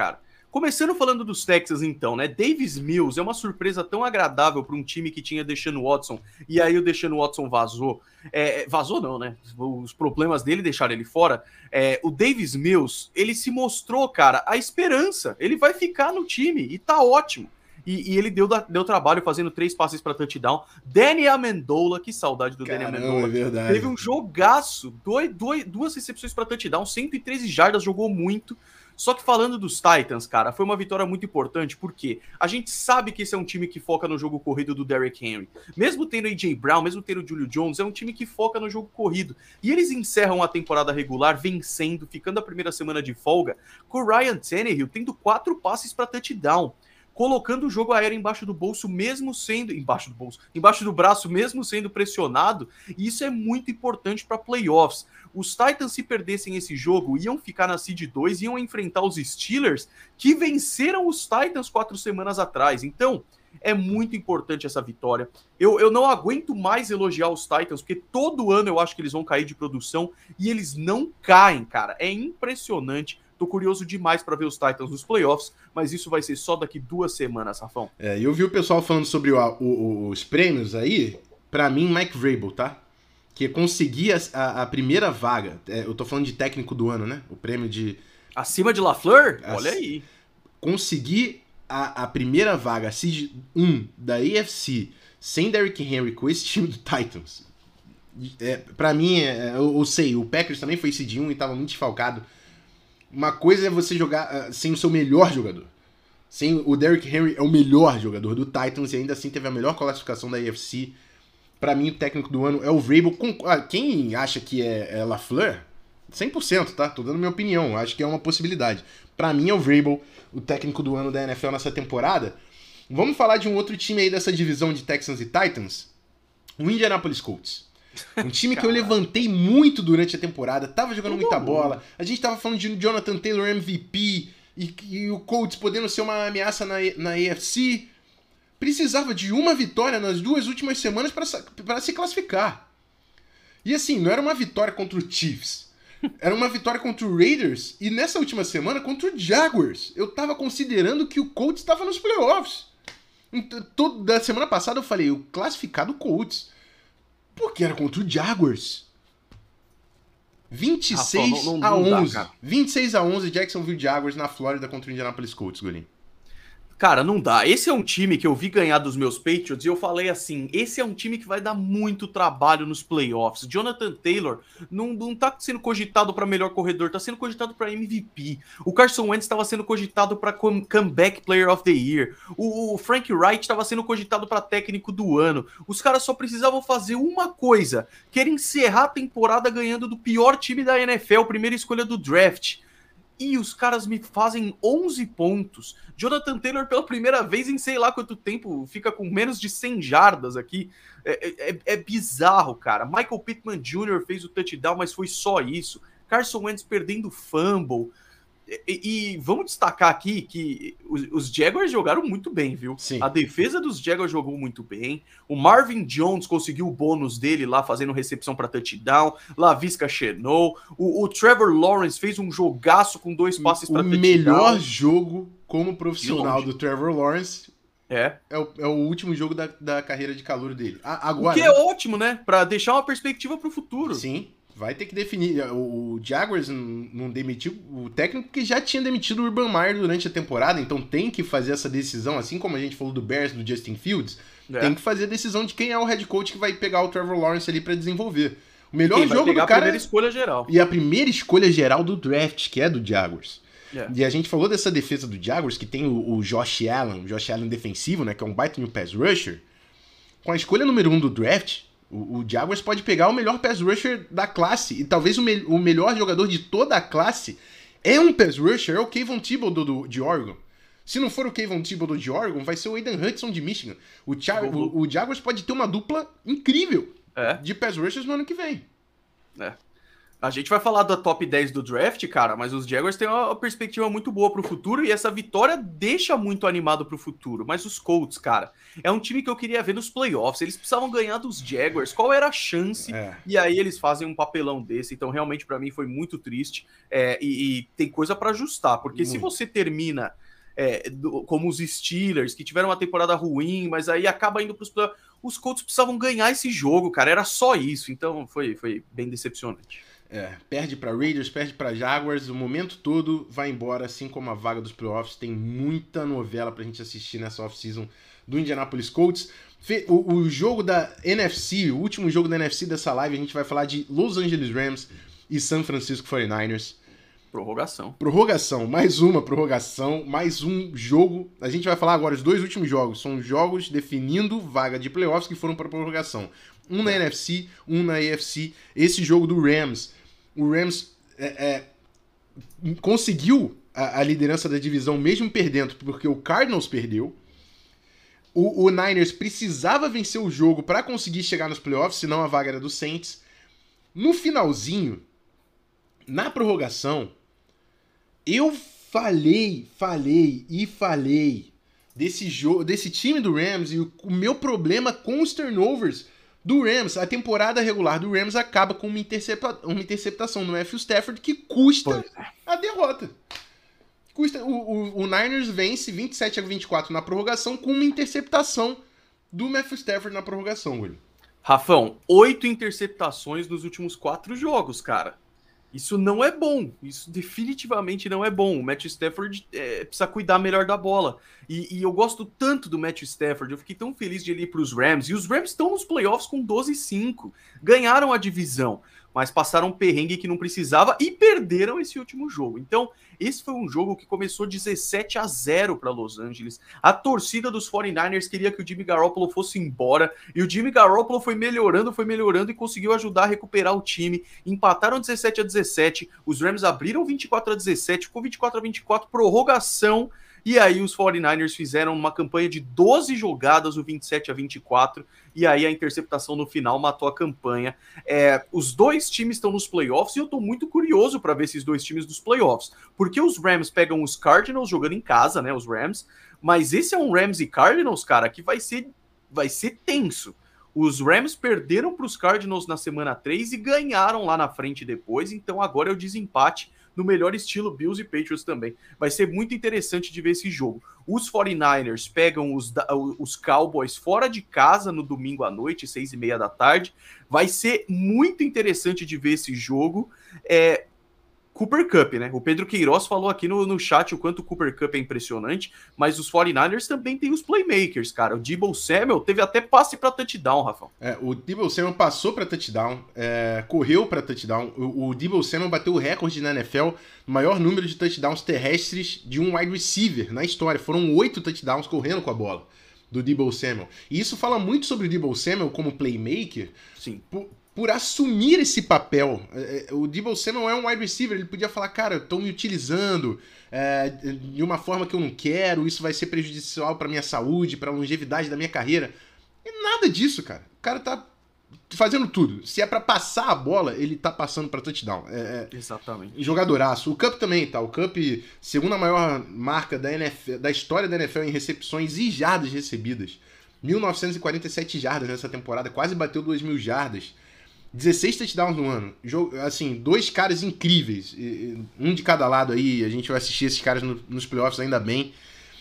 Começando falando dos Texans, então, né? Davis Mills é uma surpresa tão agradável para um time que tinha Deshaun Watson, e aí o Deshaun Watson vazou. Vazou não, né? Os problemas dele deixaram ele fora. O Davis Mills, ele se mostrou, cara, a esperança. Ele vai ficar no time e tá ótimo. E ele deu trabalho fazendo 3 passes para touchdown. Danny Amendola, que saudade do Danny Amendola. É verdade. Teve um jogaço, 2 recepções para touchdown, 113 jardas, jogou muito. Só que falando dos Titans, cara, foi uma vitória muito importante, porque a gente sabe que esse é um time que foca no jogo corrido do Derrick Henry. Mesmo tendo A.J. Brown, mesmo tendo o Julio Jones, é um time que foca no jogo corrido. E eles encerram a temporada regular vencendo, ficando a primeira semana de folga, com o Ryan Tannehill tendo 4 passes para touchdown, colocando o jogo aéreo embaixo do bolso, mesmo sendo... Embaixo do braço, mesmo sendo pressionado. E isso é muito importante para playoffs. Os Titans, se perdessem esse jogo, iam ficar na Seed 2, iam enfrentar os Steelers, que venceram os Titans 4 semanas atrás. Então, é muito importante essa vitória. Eu não aguento mais elogiar os Titans, porque todo ano eu acho que eles vão cair de produção, e eles não caem, cara. É impressionante. Tô curioso demais para ver os Titans nos playoffs, mas isso vai ser só daqui 2 semanas, Rafão. Eu vi o pessoal falando sobre os prêmios aí. Pra mim, Mike Vrabel, tá? Que conseguia a primeira vaga. Eu tô falando de técnico do ano, né? O prêmio de... Acima de LaFleur? Olha aí. Conseguir a primeira vaga, a Seed 1 da AFC, sem Derrick Henry, com esse time do Titans. Pra mim, eu sei, o Packers também foi Seed 1 e tava muito desfalcado. Uma coisa é você jogar sem o seu melhor jogador. Sem o Derrick Henry é o melhor jogador do Titans e ainda assim teve a melhor classificação da AFC. Pra mim, o técnico do ano é o Vrabel. Quem acha que é LaFleur, 100%, tá? Tô dando minha opinião. Acho que é uma possibilidade. Pra mim é o Vrabel, o técnico do ano da NFL nessa temporada. Vamos falar de um outro time aí dessa divisão de Texans e Titans. O Indianapolis Colts. Um time que eu levantei muito durante a temporada, tava jogando muita bola. A gente tava falando de Jonathan Taylor MVP e o Colts podendo ser uma ameaça na AFC. Precisava de uma vitória nas 2 últimas semanas para se classificar. E assim, não era uma vitória contra o Chiefs. Era uma vitória contra o Raiders e nessa última semana contra o Jaguars. Eu tava considerando que o Colts estava nos playoffs. Então, da semana passada eu falei, o classificado Colts. Porque era contra o Jaguars. 26 a 11. Dá, 26 a 11 Jacksonville Jaguars na Flórida contra o Indianapolis Colts, Golim. Cara, não dá. Esse é um time que eu vi ganhar dos meus Patriots e eu falei assim, esse é um time que vai dar muito trabalho nos playoffs. Jonathan Taylor não tá sendo cogitado para melhor corredor, tá sendo cogitado para MVP. O Carson Wentz estava sendo cogitado para Comeback Player of the Year. O Frank Wright estava sendo cogitado para técnico do ano. Os caras só precisavam fazer uma coisa, que era encerrar a temporada ganhando do pior time da NFL, primeira escolha do draft. E os caras me fazem 11 pontos. Jonathan Taylor, pela primeira vez em sei lá quanto tempo, fica com menos de 100 jardas aqui. É bizarro, cara. Michael Pittman Jr. fez o touchdown, mas foi só isso. Carson Wentz perdendo fumble. E vamos destacar aqui que os Jaguars jogaram muito bem, viu? Sim. A defesa dos Jaguars jogou muito bem. O Marvin Jones conseguiu o bônus dele lá, fazendo recepção para touchdown. Laviska Shenault. O Trevor Lawrence fez um jogaço com 2 passes para touchdown. O melhor jogo como profissional do Trevor Lawrence é o último jogo da carreira de calouro dele. Agora, o que é ótimo, né? Para deixar uma perspectiva para o futuro. Sim. Vai ter que definir. O Jaguars não demitiu o técnico que já tinha demitido o Urban Meyer durante a temporada, então tem que fazer essa decisão, assim como a gente falou do Bears, do Justin Fields, tem que fazer a decisão de quem é o head coach que vai pegar o Trevor Lawrence ali pra desenvolver. O melhor jogo do cara... a primeira escolha geral. E a primeira escolha geral do draft, que é do Jaguars. E a gente falou dessa defesa do Jaguars, que tem o Josh Allen defensivo, né, que é um baita no pass rusher. Com a escolha número 1 do draft... O Jaguars pode pegar o melhor pass rusher da classe. E talvez o melhor jogador de toda a classe é um pass rusher, é o Kayvon Thibodeau de Oregon. Se não for o Kayvon Thibodeau de Oregon, vai ser o Aiden Hudson de Michigan. O Jaguars pode ter uma dupla incrível de pass rushers no ano que vem. A gente vai falar da top 10 do draft, cara, mas os Jaguars têm uma perspectiva muito boa pro futuro e essa vitória deixa muito animado pro futuro. Mas os Colts, cara, é um time que eu queria ver nos playoffs. Eles precisavam ganhar dos Jaguars. Qual era a chance? E aí eles fazem um papelão desse. Então, realmente, pra mim, foi muito triste. E tem coisa pra ajustar, porque se você termina como os Steelers, que tiveram uma temporada ruim, mas aí acaba indo para os playoffs. Os Colts precisavam ganhar esse jogo, cara, era só isso, então foi bem decepcionante. Perde para Raiders, perde para Jaguars, o momento todo vai embora, assim como a vaga dos playoffs. Tem muita novela pra gente assistir nessa off-season do Indianapolis Colts. O jogo da NFC, o último jogo da NFC dessa live, a gente vai falar de Los Angeles Rams e San Francisco 49ers. Prorrogação, mais uma prorrogação, mais um jogo. A gente vai falar agora, os dois últimos jogos, são jogos definindo vaga de playoffs que foram para prorrogação. Um na NFC, um na AFC. Esse jogo do Rams, o Rams conseguiu a liderança da divisão mesmo perdendo, porque o Cardinals perdeu. O Niners precisava vencer o jogo para conseguir chegar nos playoffs, senão a vaga era do Saints. No finalzinho, na prorrogação, eu falei desse time do Rams e o meu problema com os turnovers do Rams. A temporada regular do Rams acaba com uma interceptação do Matthew Stafford que custa a derrota. O Niners vence 27-24 na prorrogação com uma interceptação do Matthew Stafford na prorrogação, William. Rafão, 8 interceptações nos últimos 4 jogos, cara. Isso não é bom, isso definitivamente não é bom. O Matthew Stafford precisa cuidar melhor da bola. E eu gosto tanto do Matthew Stafford, eu fiquei tão feliz de ele ir para os Rams. E os Rams estão nos playoffs com 12-5, ganharam a divisão, mas passaram um perrengue que não precisava e perderam esse último jogo. Então, esse foi um jogo que começou 17-0 para Los Angeles. A torcida dos 49ers queria que o Jimmy Garoppolo fosse embora, e o Jimmy Garoppolo foi melhorando e conseguiu ajudar a recuperar o time. Empataram 17-17, os Rams abriram 24-17, ficou 24-24, prorrogação. E aí os 49ers fizeram uma campanha de 12 jogadas, o 27-24, e aí a interceptação no final matou a campanha. Os dois times estão nos playoffs e eu tô muito curioso para ver esses dois times nos playoffs, porque os Rams pegam os Cardinals jogando em casa, né, os Rams, mas esse é um Rams e Cardinals, cara, que vai ser tenso. Os Rams perderam para os Cardinals na semana 3 e ganharam lá na frente depois, então agora é o desempate no melhor estilo Bills e Patriots também. Vai ser muito interessante de ver esse jogo. Os 49ers pegam os Cowboys fora de casa no domingo à noite, 6h30 da tarde. Vai ser muito interessante de ver esse jogo. Cooper Kupp, né? O Pedro Queiroz falou aqui no chat o quanto o Cooper Kupp é impressionante, mas os 49ers também tem os playmakers, cara. O Deebo Samuel teve até passe para touchdown, Rafael. O Deebo Samuel passou para touchdown, correu para touchdown. O Deebo Samuel bateu o recorde na NFL, o maior número de touchdowns terrestres de um wide receiver na história. Foram 8 touchdowns correndo com a bola do Deebo Samuel. E isso fala muito sobre o Deebo Samuel como playmaker. Sim. Por assumir esse papel. O Deebo Samuel é um wide receiver, ele podia falar, cara, estão me utilizando de uma forma que eu não quero, isso vai ser prejudicial para minha saúde, para a longevidade da minha carreira. E nada disso, cara. O cara tá fazendo tudo. Se é para passar a bola, ele tá passando para touchdown. Exatamente. Jogadoraço. O Kupp também, tá? O Kupp, segunda maior marca da história da NFL em recepções e jardas recebidas. 1.947 jardas nessa temporada, quase bateu 2.000 jardas. 16 touchdowns no ano. Assim, 2 caras incríveis. Um de cada lado aí. A gente vai assistir esses caras nos playoffs ainda bem.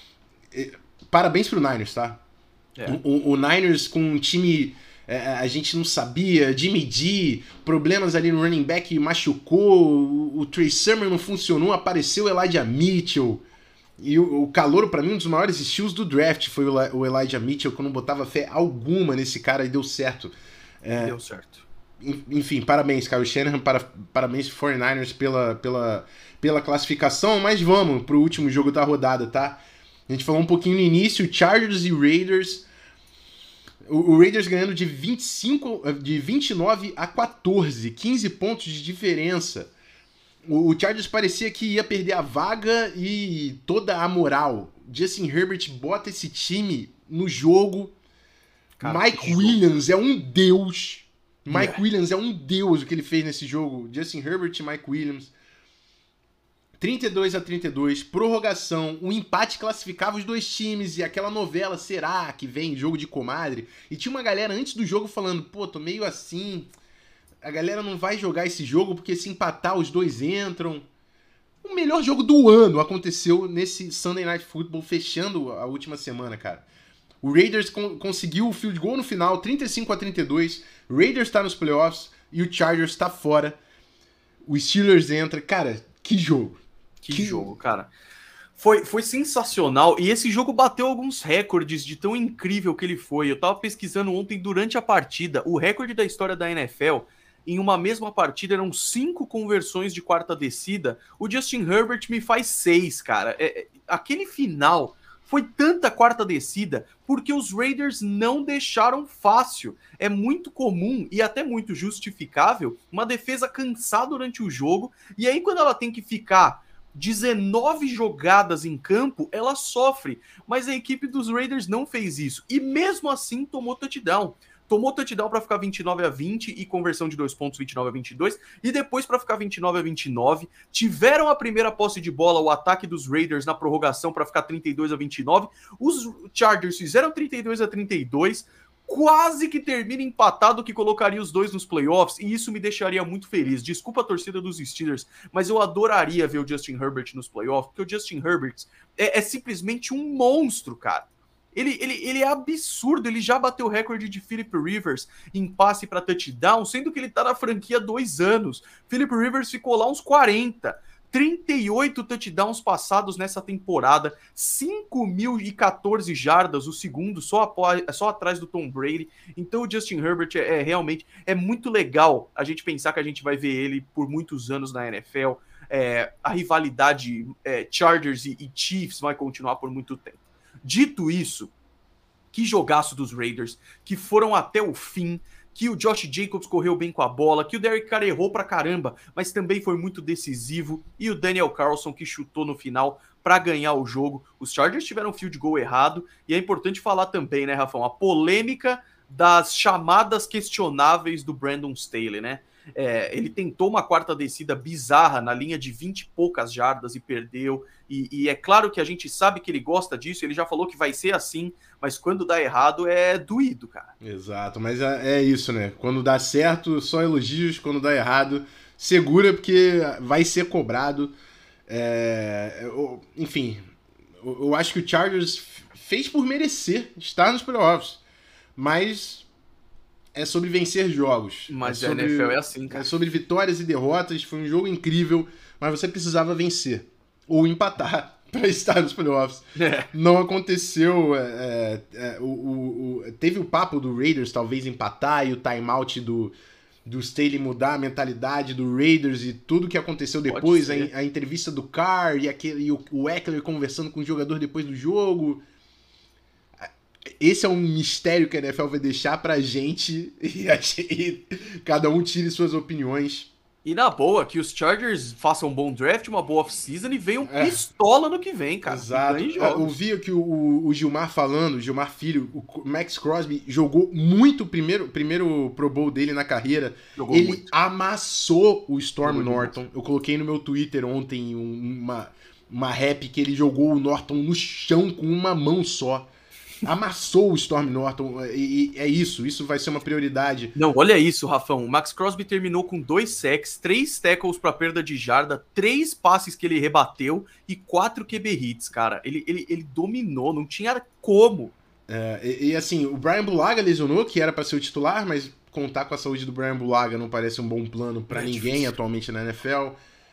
Parabéns pro Niners, tá? O Niners com um time... a gente não sabia. Jimmy G, problemas ali no running back, machucou. O Trey Sermon não funcionou. Apareceu o Elijah Mitchell. E o calouro, pra mim, um dos maiores estilos do draft foi o Elijah Mitchell, que eu não botava fé alguma nesse cara e deu certo. Deu certo. Enfim, parabéns, Kyle Shanahan, parabéns 49ers pela classificação, mas vamos pro último jogo da rodada, tá? A gente falou um pouquinho no início, Chargers e Raiders. O Raiders ganhando de 29-14, 15 pontos de diferença. O Chargers parecia que ia perder a vaga e toda a moral. Justin Herbert bota esse time no jogo. Cara, Mike Williams é um deus. Williams é um deus o que ele fez nesse jogo. Justin Herbert e Mike Williams. 32-32, prorrogação, um empate classificava os dois times e aquela novela, será que vem jogo de comadre? E tinha uma galera antes do jogo falando, pô, tô meio assim, a galera não vai jogar esse jogo porque se empatar os dois entram. o melhor jogo do ano aconteceu nesse Sunday Night Football, fechando a última semana, cara. O Raiders conseguiu o field goal no final, 35-32. O Raiders tá nos playoffs e o Chargers tá fora. O Steelers entra. Cara, que jogo. Que jogo, cara. Foi sensacional. E esse jogo bateu alguns recordes de tão incrível que ele foi. Eu tava pesquisando ontem durante a partida. O recorde da história da NFL, em uma mesma partida, eram 5 conversões de quarta descida. O Justin Herbert me faz 6, cara. Aquele final foi tanta quarta descida porque os Raiders não deixaram fácil. É muito comum e até muito justificável uma defesa cansar durante o jogo, e aí quando ela tem que ficar 19 jogadas em campo, ela sofre. Mas a equipe dos Raiders não fez isso, e mesmo assim tomou touchdown. Tomou touchdown para ficar 29-20 e conversão de 2 pontos 29-22, e depois para ficar 29-29. Tiveram a primeira posse de bola, o ataque dos Raiders na prorrogação para ficar 32-29. Os Chargers fizeram 32-32, quase que termina empatado, que colocaria os dois nos playoffs, e isso me deixaria muito feliz. Desculpa a torcida dos Steelers, mas eu adoraria ver o Justin Herbert nos playoffs, porque o Justin Herbert é simplesmente um monstro, cara. Ele é absurdo, ele já bateu o recorde de Philip Rivers em passe para touchdown, sendo que ele tá na franquia há 2 anos. Philip Rivers ficou lá uns 40. 38 touchdowns passados nessa temporada, 5.014 jardas, o segundo só atrás do Tom Brady. Então o Justin Herbert realmente muito legal a gente pensar que a gente vai ver ele por muitos anos na NFL. A rivalidade Chargers e Chiefs vai continuar por muito tempo. Dito isso, que jogaço dos Raiders, que foram até o fim, que o Josh Jacobs correu bem com a bola, que o Derek Carr errou pra caramba, mas também foi muito decisivo, e o Daniel Carlson que chutou no final para ganhar o jogo. Os Chargers tiveram um field goal errado, e é importante falar também, né, Rafão, a polêmica das chamadas questionáveis do Brandon Staley, né? Ele tentou uma quarta descida bizarra na linha de 20 e poucas jardas e perdeu, e é claro que a gente sabe que ele gosta disso, ele já falou que vai ser assim, mas quando dá errado é doído, cara. Exato, mas é isso, né? Quando dá certo, só elogios, quando dá errado, segura, porque vai ser cobrado. Enfim, eu acho que o Chargers fez por merecer estar nos playoffs, mas é sobre vencer jogos. Mas a NFL é assim, cara. É sobre vitórias e derrotas. Foi um jogo incrível, mas você precisava vencer ou empatar para estar nos playoffs. Não aconteceu. Teve o papo do Raiders talvez empatar, e o timeout do Staley mudar a mentalidade do Raiders e tudo que aconteceu depois, a entrevista do Carr e o Eckler conversando com o jogador depois do jogo. Esse é um mistério que a NFL vai deixar pra gente, e cada um tire suas opiniões. E na boa, que os Chargers façam um bom draft, uma boa off-season e venham pistola no que vem, cara. Exato. Eu vi aqui o Gilmar falando, o Gilmar Filho, o Max Crosby jogou muito o primeiro Pro Bowl dele na carreira. Ele amassou o Storm Norton. Eu coloquei no meu Twitter ontem uma rap que ele jogou o Norton no chão com uma mão só. Amassou o Storm Norton, e é isso vai ser uma prioridade. Não, olha isso, Rafão, o Max Crosby terminou com 2 sacks, 3 tackles para perda de jarda, 3 passes que ele rebateu e 4 QB hits, cara, ele dominou, não tinha como. E assim, o Brian Bulaga lesionou, que era para ser o titular, mas contar com a saúde do Brian Bulaga não parece um bom plano para ninguém difícil. Atualmente na NFL.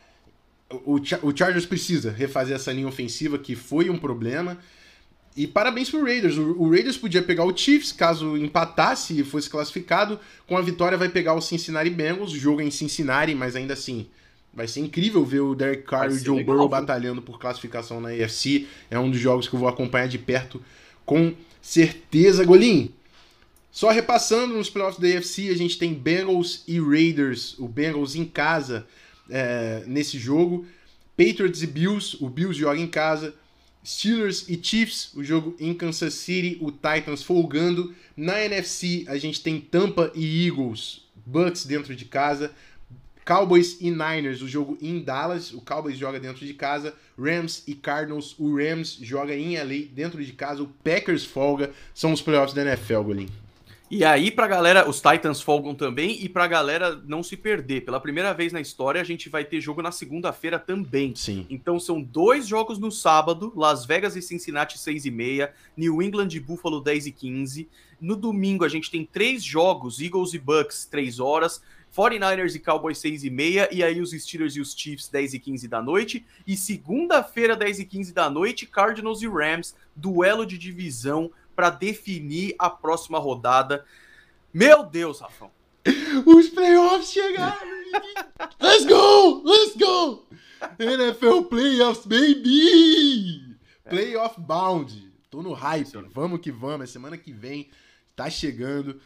O Chargers precisa refazer essa linha ofensiva, que foi um problema. E parabéns pro Raiders. O Raiders podia pegar o Chiefs, caso empatasse e fosse classificado. Com a vitória vai pegar o Cincinnati Bengals. O jogo é em Cincinnati, mas ainda assim vai ser incrível ver o Derek Carr e o Joe Burrow batalhando por classificação na AFC. É um dos jogos que eu vou acompanhar de perto, com certeza. Golim, só repassando nos playoffs da AFC, a gente tem Bengals e Raiders. O Bengals em casa nesse jogo. Patriots e Bills. O Bills joga em casa. Steelers e Chiefs, o jogo em Kansas City, o Titans folgando. Na NFC, a gente tem Tampa e Eagles, Bucks dentro de casa. Cowboys e Niners, o jogo em Dallas, o Cowboys joga dentro de casa. Rams e Cardinals, o Rams joga em LA dentro de casa. O Packers folga. São os playoffs da NFL, Golim. E aí, pra galera, os Titans folgam também, e pra galera não se perder. Pela primeira vez na história, a gente vai ter jogo na segunda-feira também. Sim. Então são 2 jogos no sábado, Las Vegas e Cincinnati 6h30, New England e Buffalo 10h15. No domingo a gente tem 3 jogos, Eagles e Bucks 3 horas, 49ers e Cowboys 6h30, e aí os Steelers e os Chiefs 10h15 da noite. E segunda-feira 10h15 da noite, Cardinals e Rams, duelo de divisão para definir a próxima rodada. Meu Deus, Rafão. Os playoffs chegaram. Let's go! Let's go! NFL Playoffs, baby! Playoff bound. Tô no hype. Vamos que vamos. É semana que vem. Tá chegando.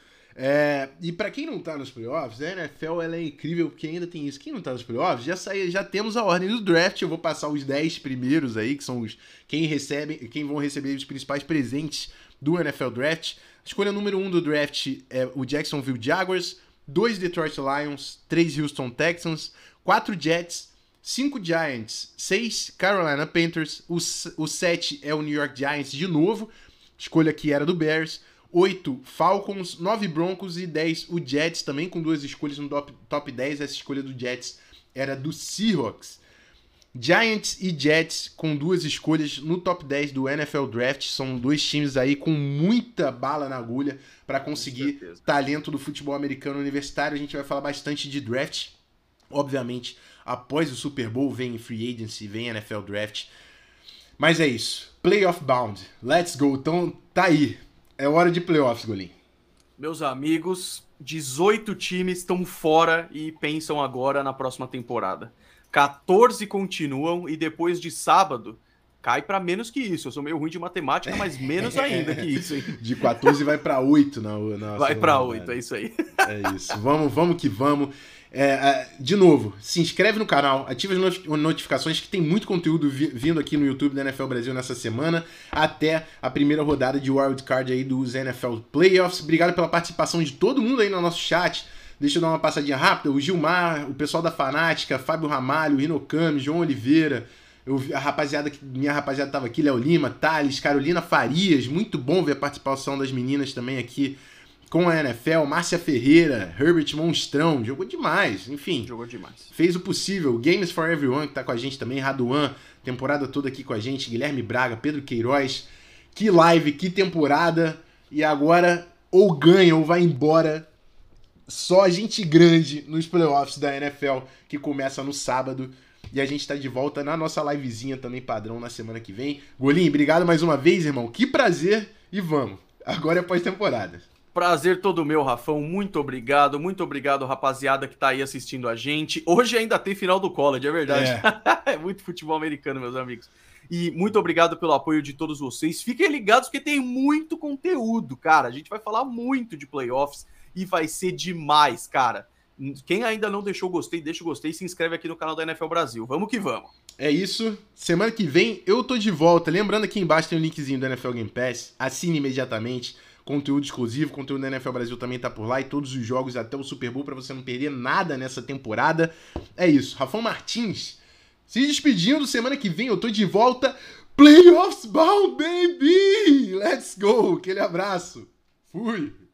E pra quem não tá nos playoffs, a NFL ela é incrível porque ainda tem isso. Quem não tá nos playoffs, já temos a ordem do draft. Eu vou passar os 10 primeiros aí, que são quem vão receber os principais presentes do NFL Draft. A escolha número 1 do draft é o Jacksonville Jaguars, 2 Detroit Lions, 3 Houston Texans, 4 Jets, 5 Giants, 6 Carolina Panthers, o 7 é o New York Giants de novo, escolha que era do Bears, 8 Falcons, 9 Broncos e 10 o Jets, também com 2 escolhas no top 10, essa escolha do Jets era do Seahawks. Giants e Jets com 2 escolhas no top 10 do NFL Draft. São 2 times aí com muita bala na agulha para conseguir talento do futebol americano universitário. A gente vai falar bastante de draft. Obviamente, após o Super Bowl vem Free Agency, vem NFL Draft. Mas é isso. Playoff bound. Let's go. Então tá aí. É hora de playoffs, Golim. Meus amigos, 18 times estão fora e pensam agora na próxima temporada. 14 continuam e depois de sábado cai para menos que isso. Eu sou meio ruim de matemática, mas menos ainda que isso, hein? De 14 vai para 8 vai para 8, é isso aí. É isso. Vamos que vamos. De novo, se inscreve no canal, ativa as notificações que tem muito conteúdo vindo aqui no YouTube da NFL Brasil nessa semana, até a primeira rodada de wildcard aí dos NFL Playoffs. Obrigado pela participação de todo mundo aí no nosso chat. Deixa eu dar uma passadinha rápida. O Gilmar, o pessoal da Fanática, Fábio Ramalho, Rinocami, João Oliveira. Minha rapaziada tava aqui, Léo Lima, Thales, Carolina Farias. Muito bom ver a participação das meninas também aqui com a NFL. Márcia Ferreira, Herbert Monstrão. Jogou demais, enfim. Jogou demais. Fez o possível. Games for Everyone, que tá com a gente também. Raduan, temporada toda aqui com a gente. Guilherme Braga, Pedro Queiroz. Que live, que temporada. E agora, ou ganha ou vai embora. Só gente grande nos playoffs da NFL, que começa no sábado. E a gente tá de volta na nossa livezinha também padrão na semana que vem. Golim, obrigado mais uma vez, irmão. Que prazer. E vamos. Agora é pós-temporada. Prazer todo meu, Rafão. Muito obrigado, rapaziada que tá aí assistindo a gente. Hoje ainda tem final do college, é verdade. É muito futebol americano, meus amigos. E muito obrigado pelo apoio de todos vocês. Fiquem ligados porque tem muito conteúdo, cara. A gente vai falar muito de playoffs. E vai ser demais, cara. Quem ainda não deixou o gostei, deixa o gostei e se inscreve aqui no canal da NFL Brasil. Vamos que vamos. É isso. Semana que vem eu tô de volta. Lembrando aqui embaixo tem um linkzinho do NFL Game Pass. Assine imediatamente. Conteúdo exclusivo. Conteúdo da NFL Brasil também tá por lá. E todos os jogos até o Super Bowl pra você não perder nada nessa temporada. É isso. Rafão Martins se despedindo. Semana que vem eu tô de volta. Playoffs bound, baby! Let's go! Aquele abraço. Fui!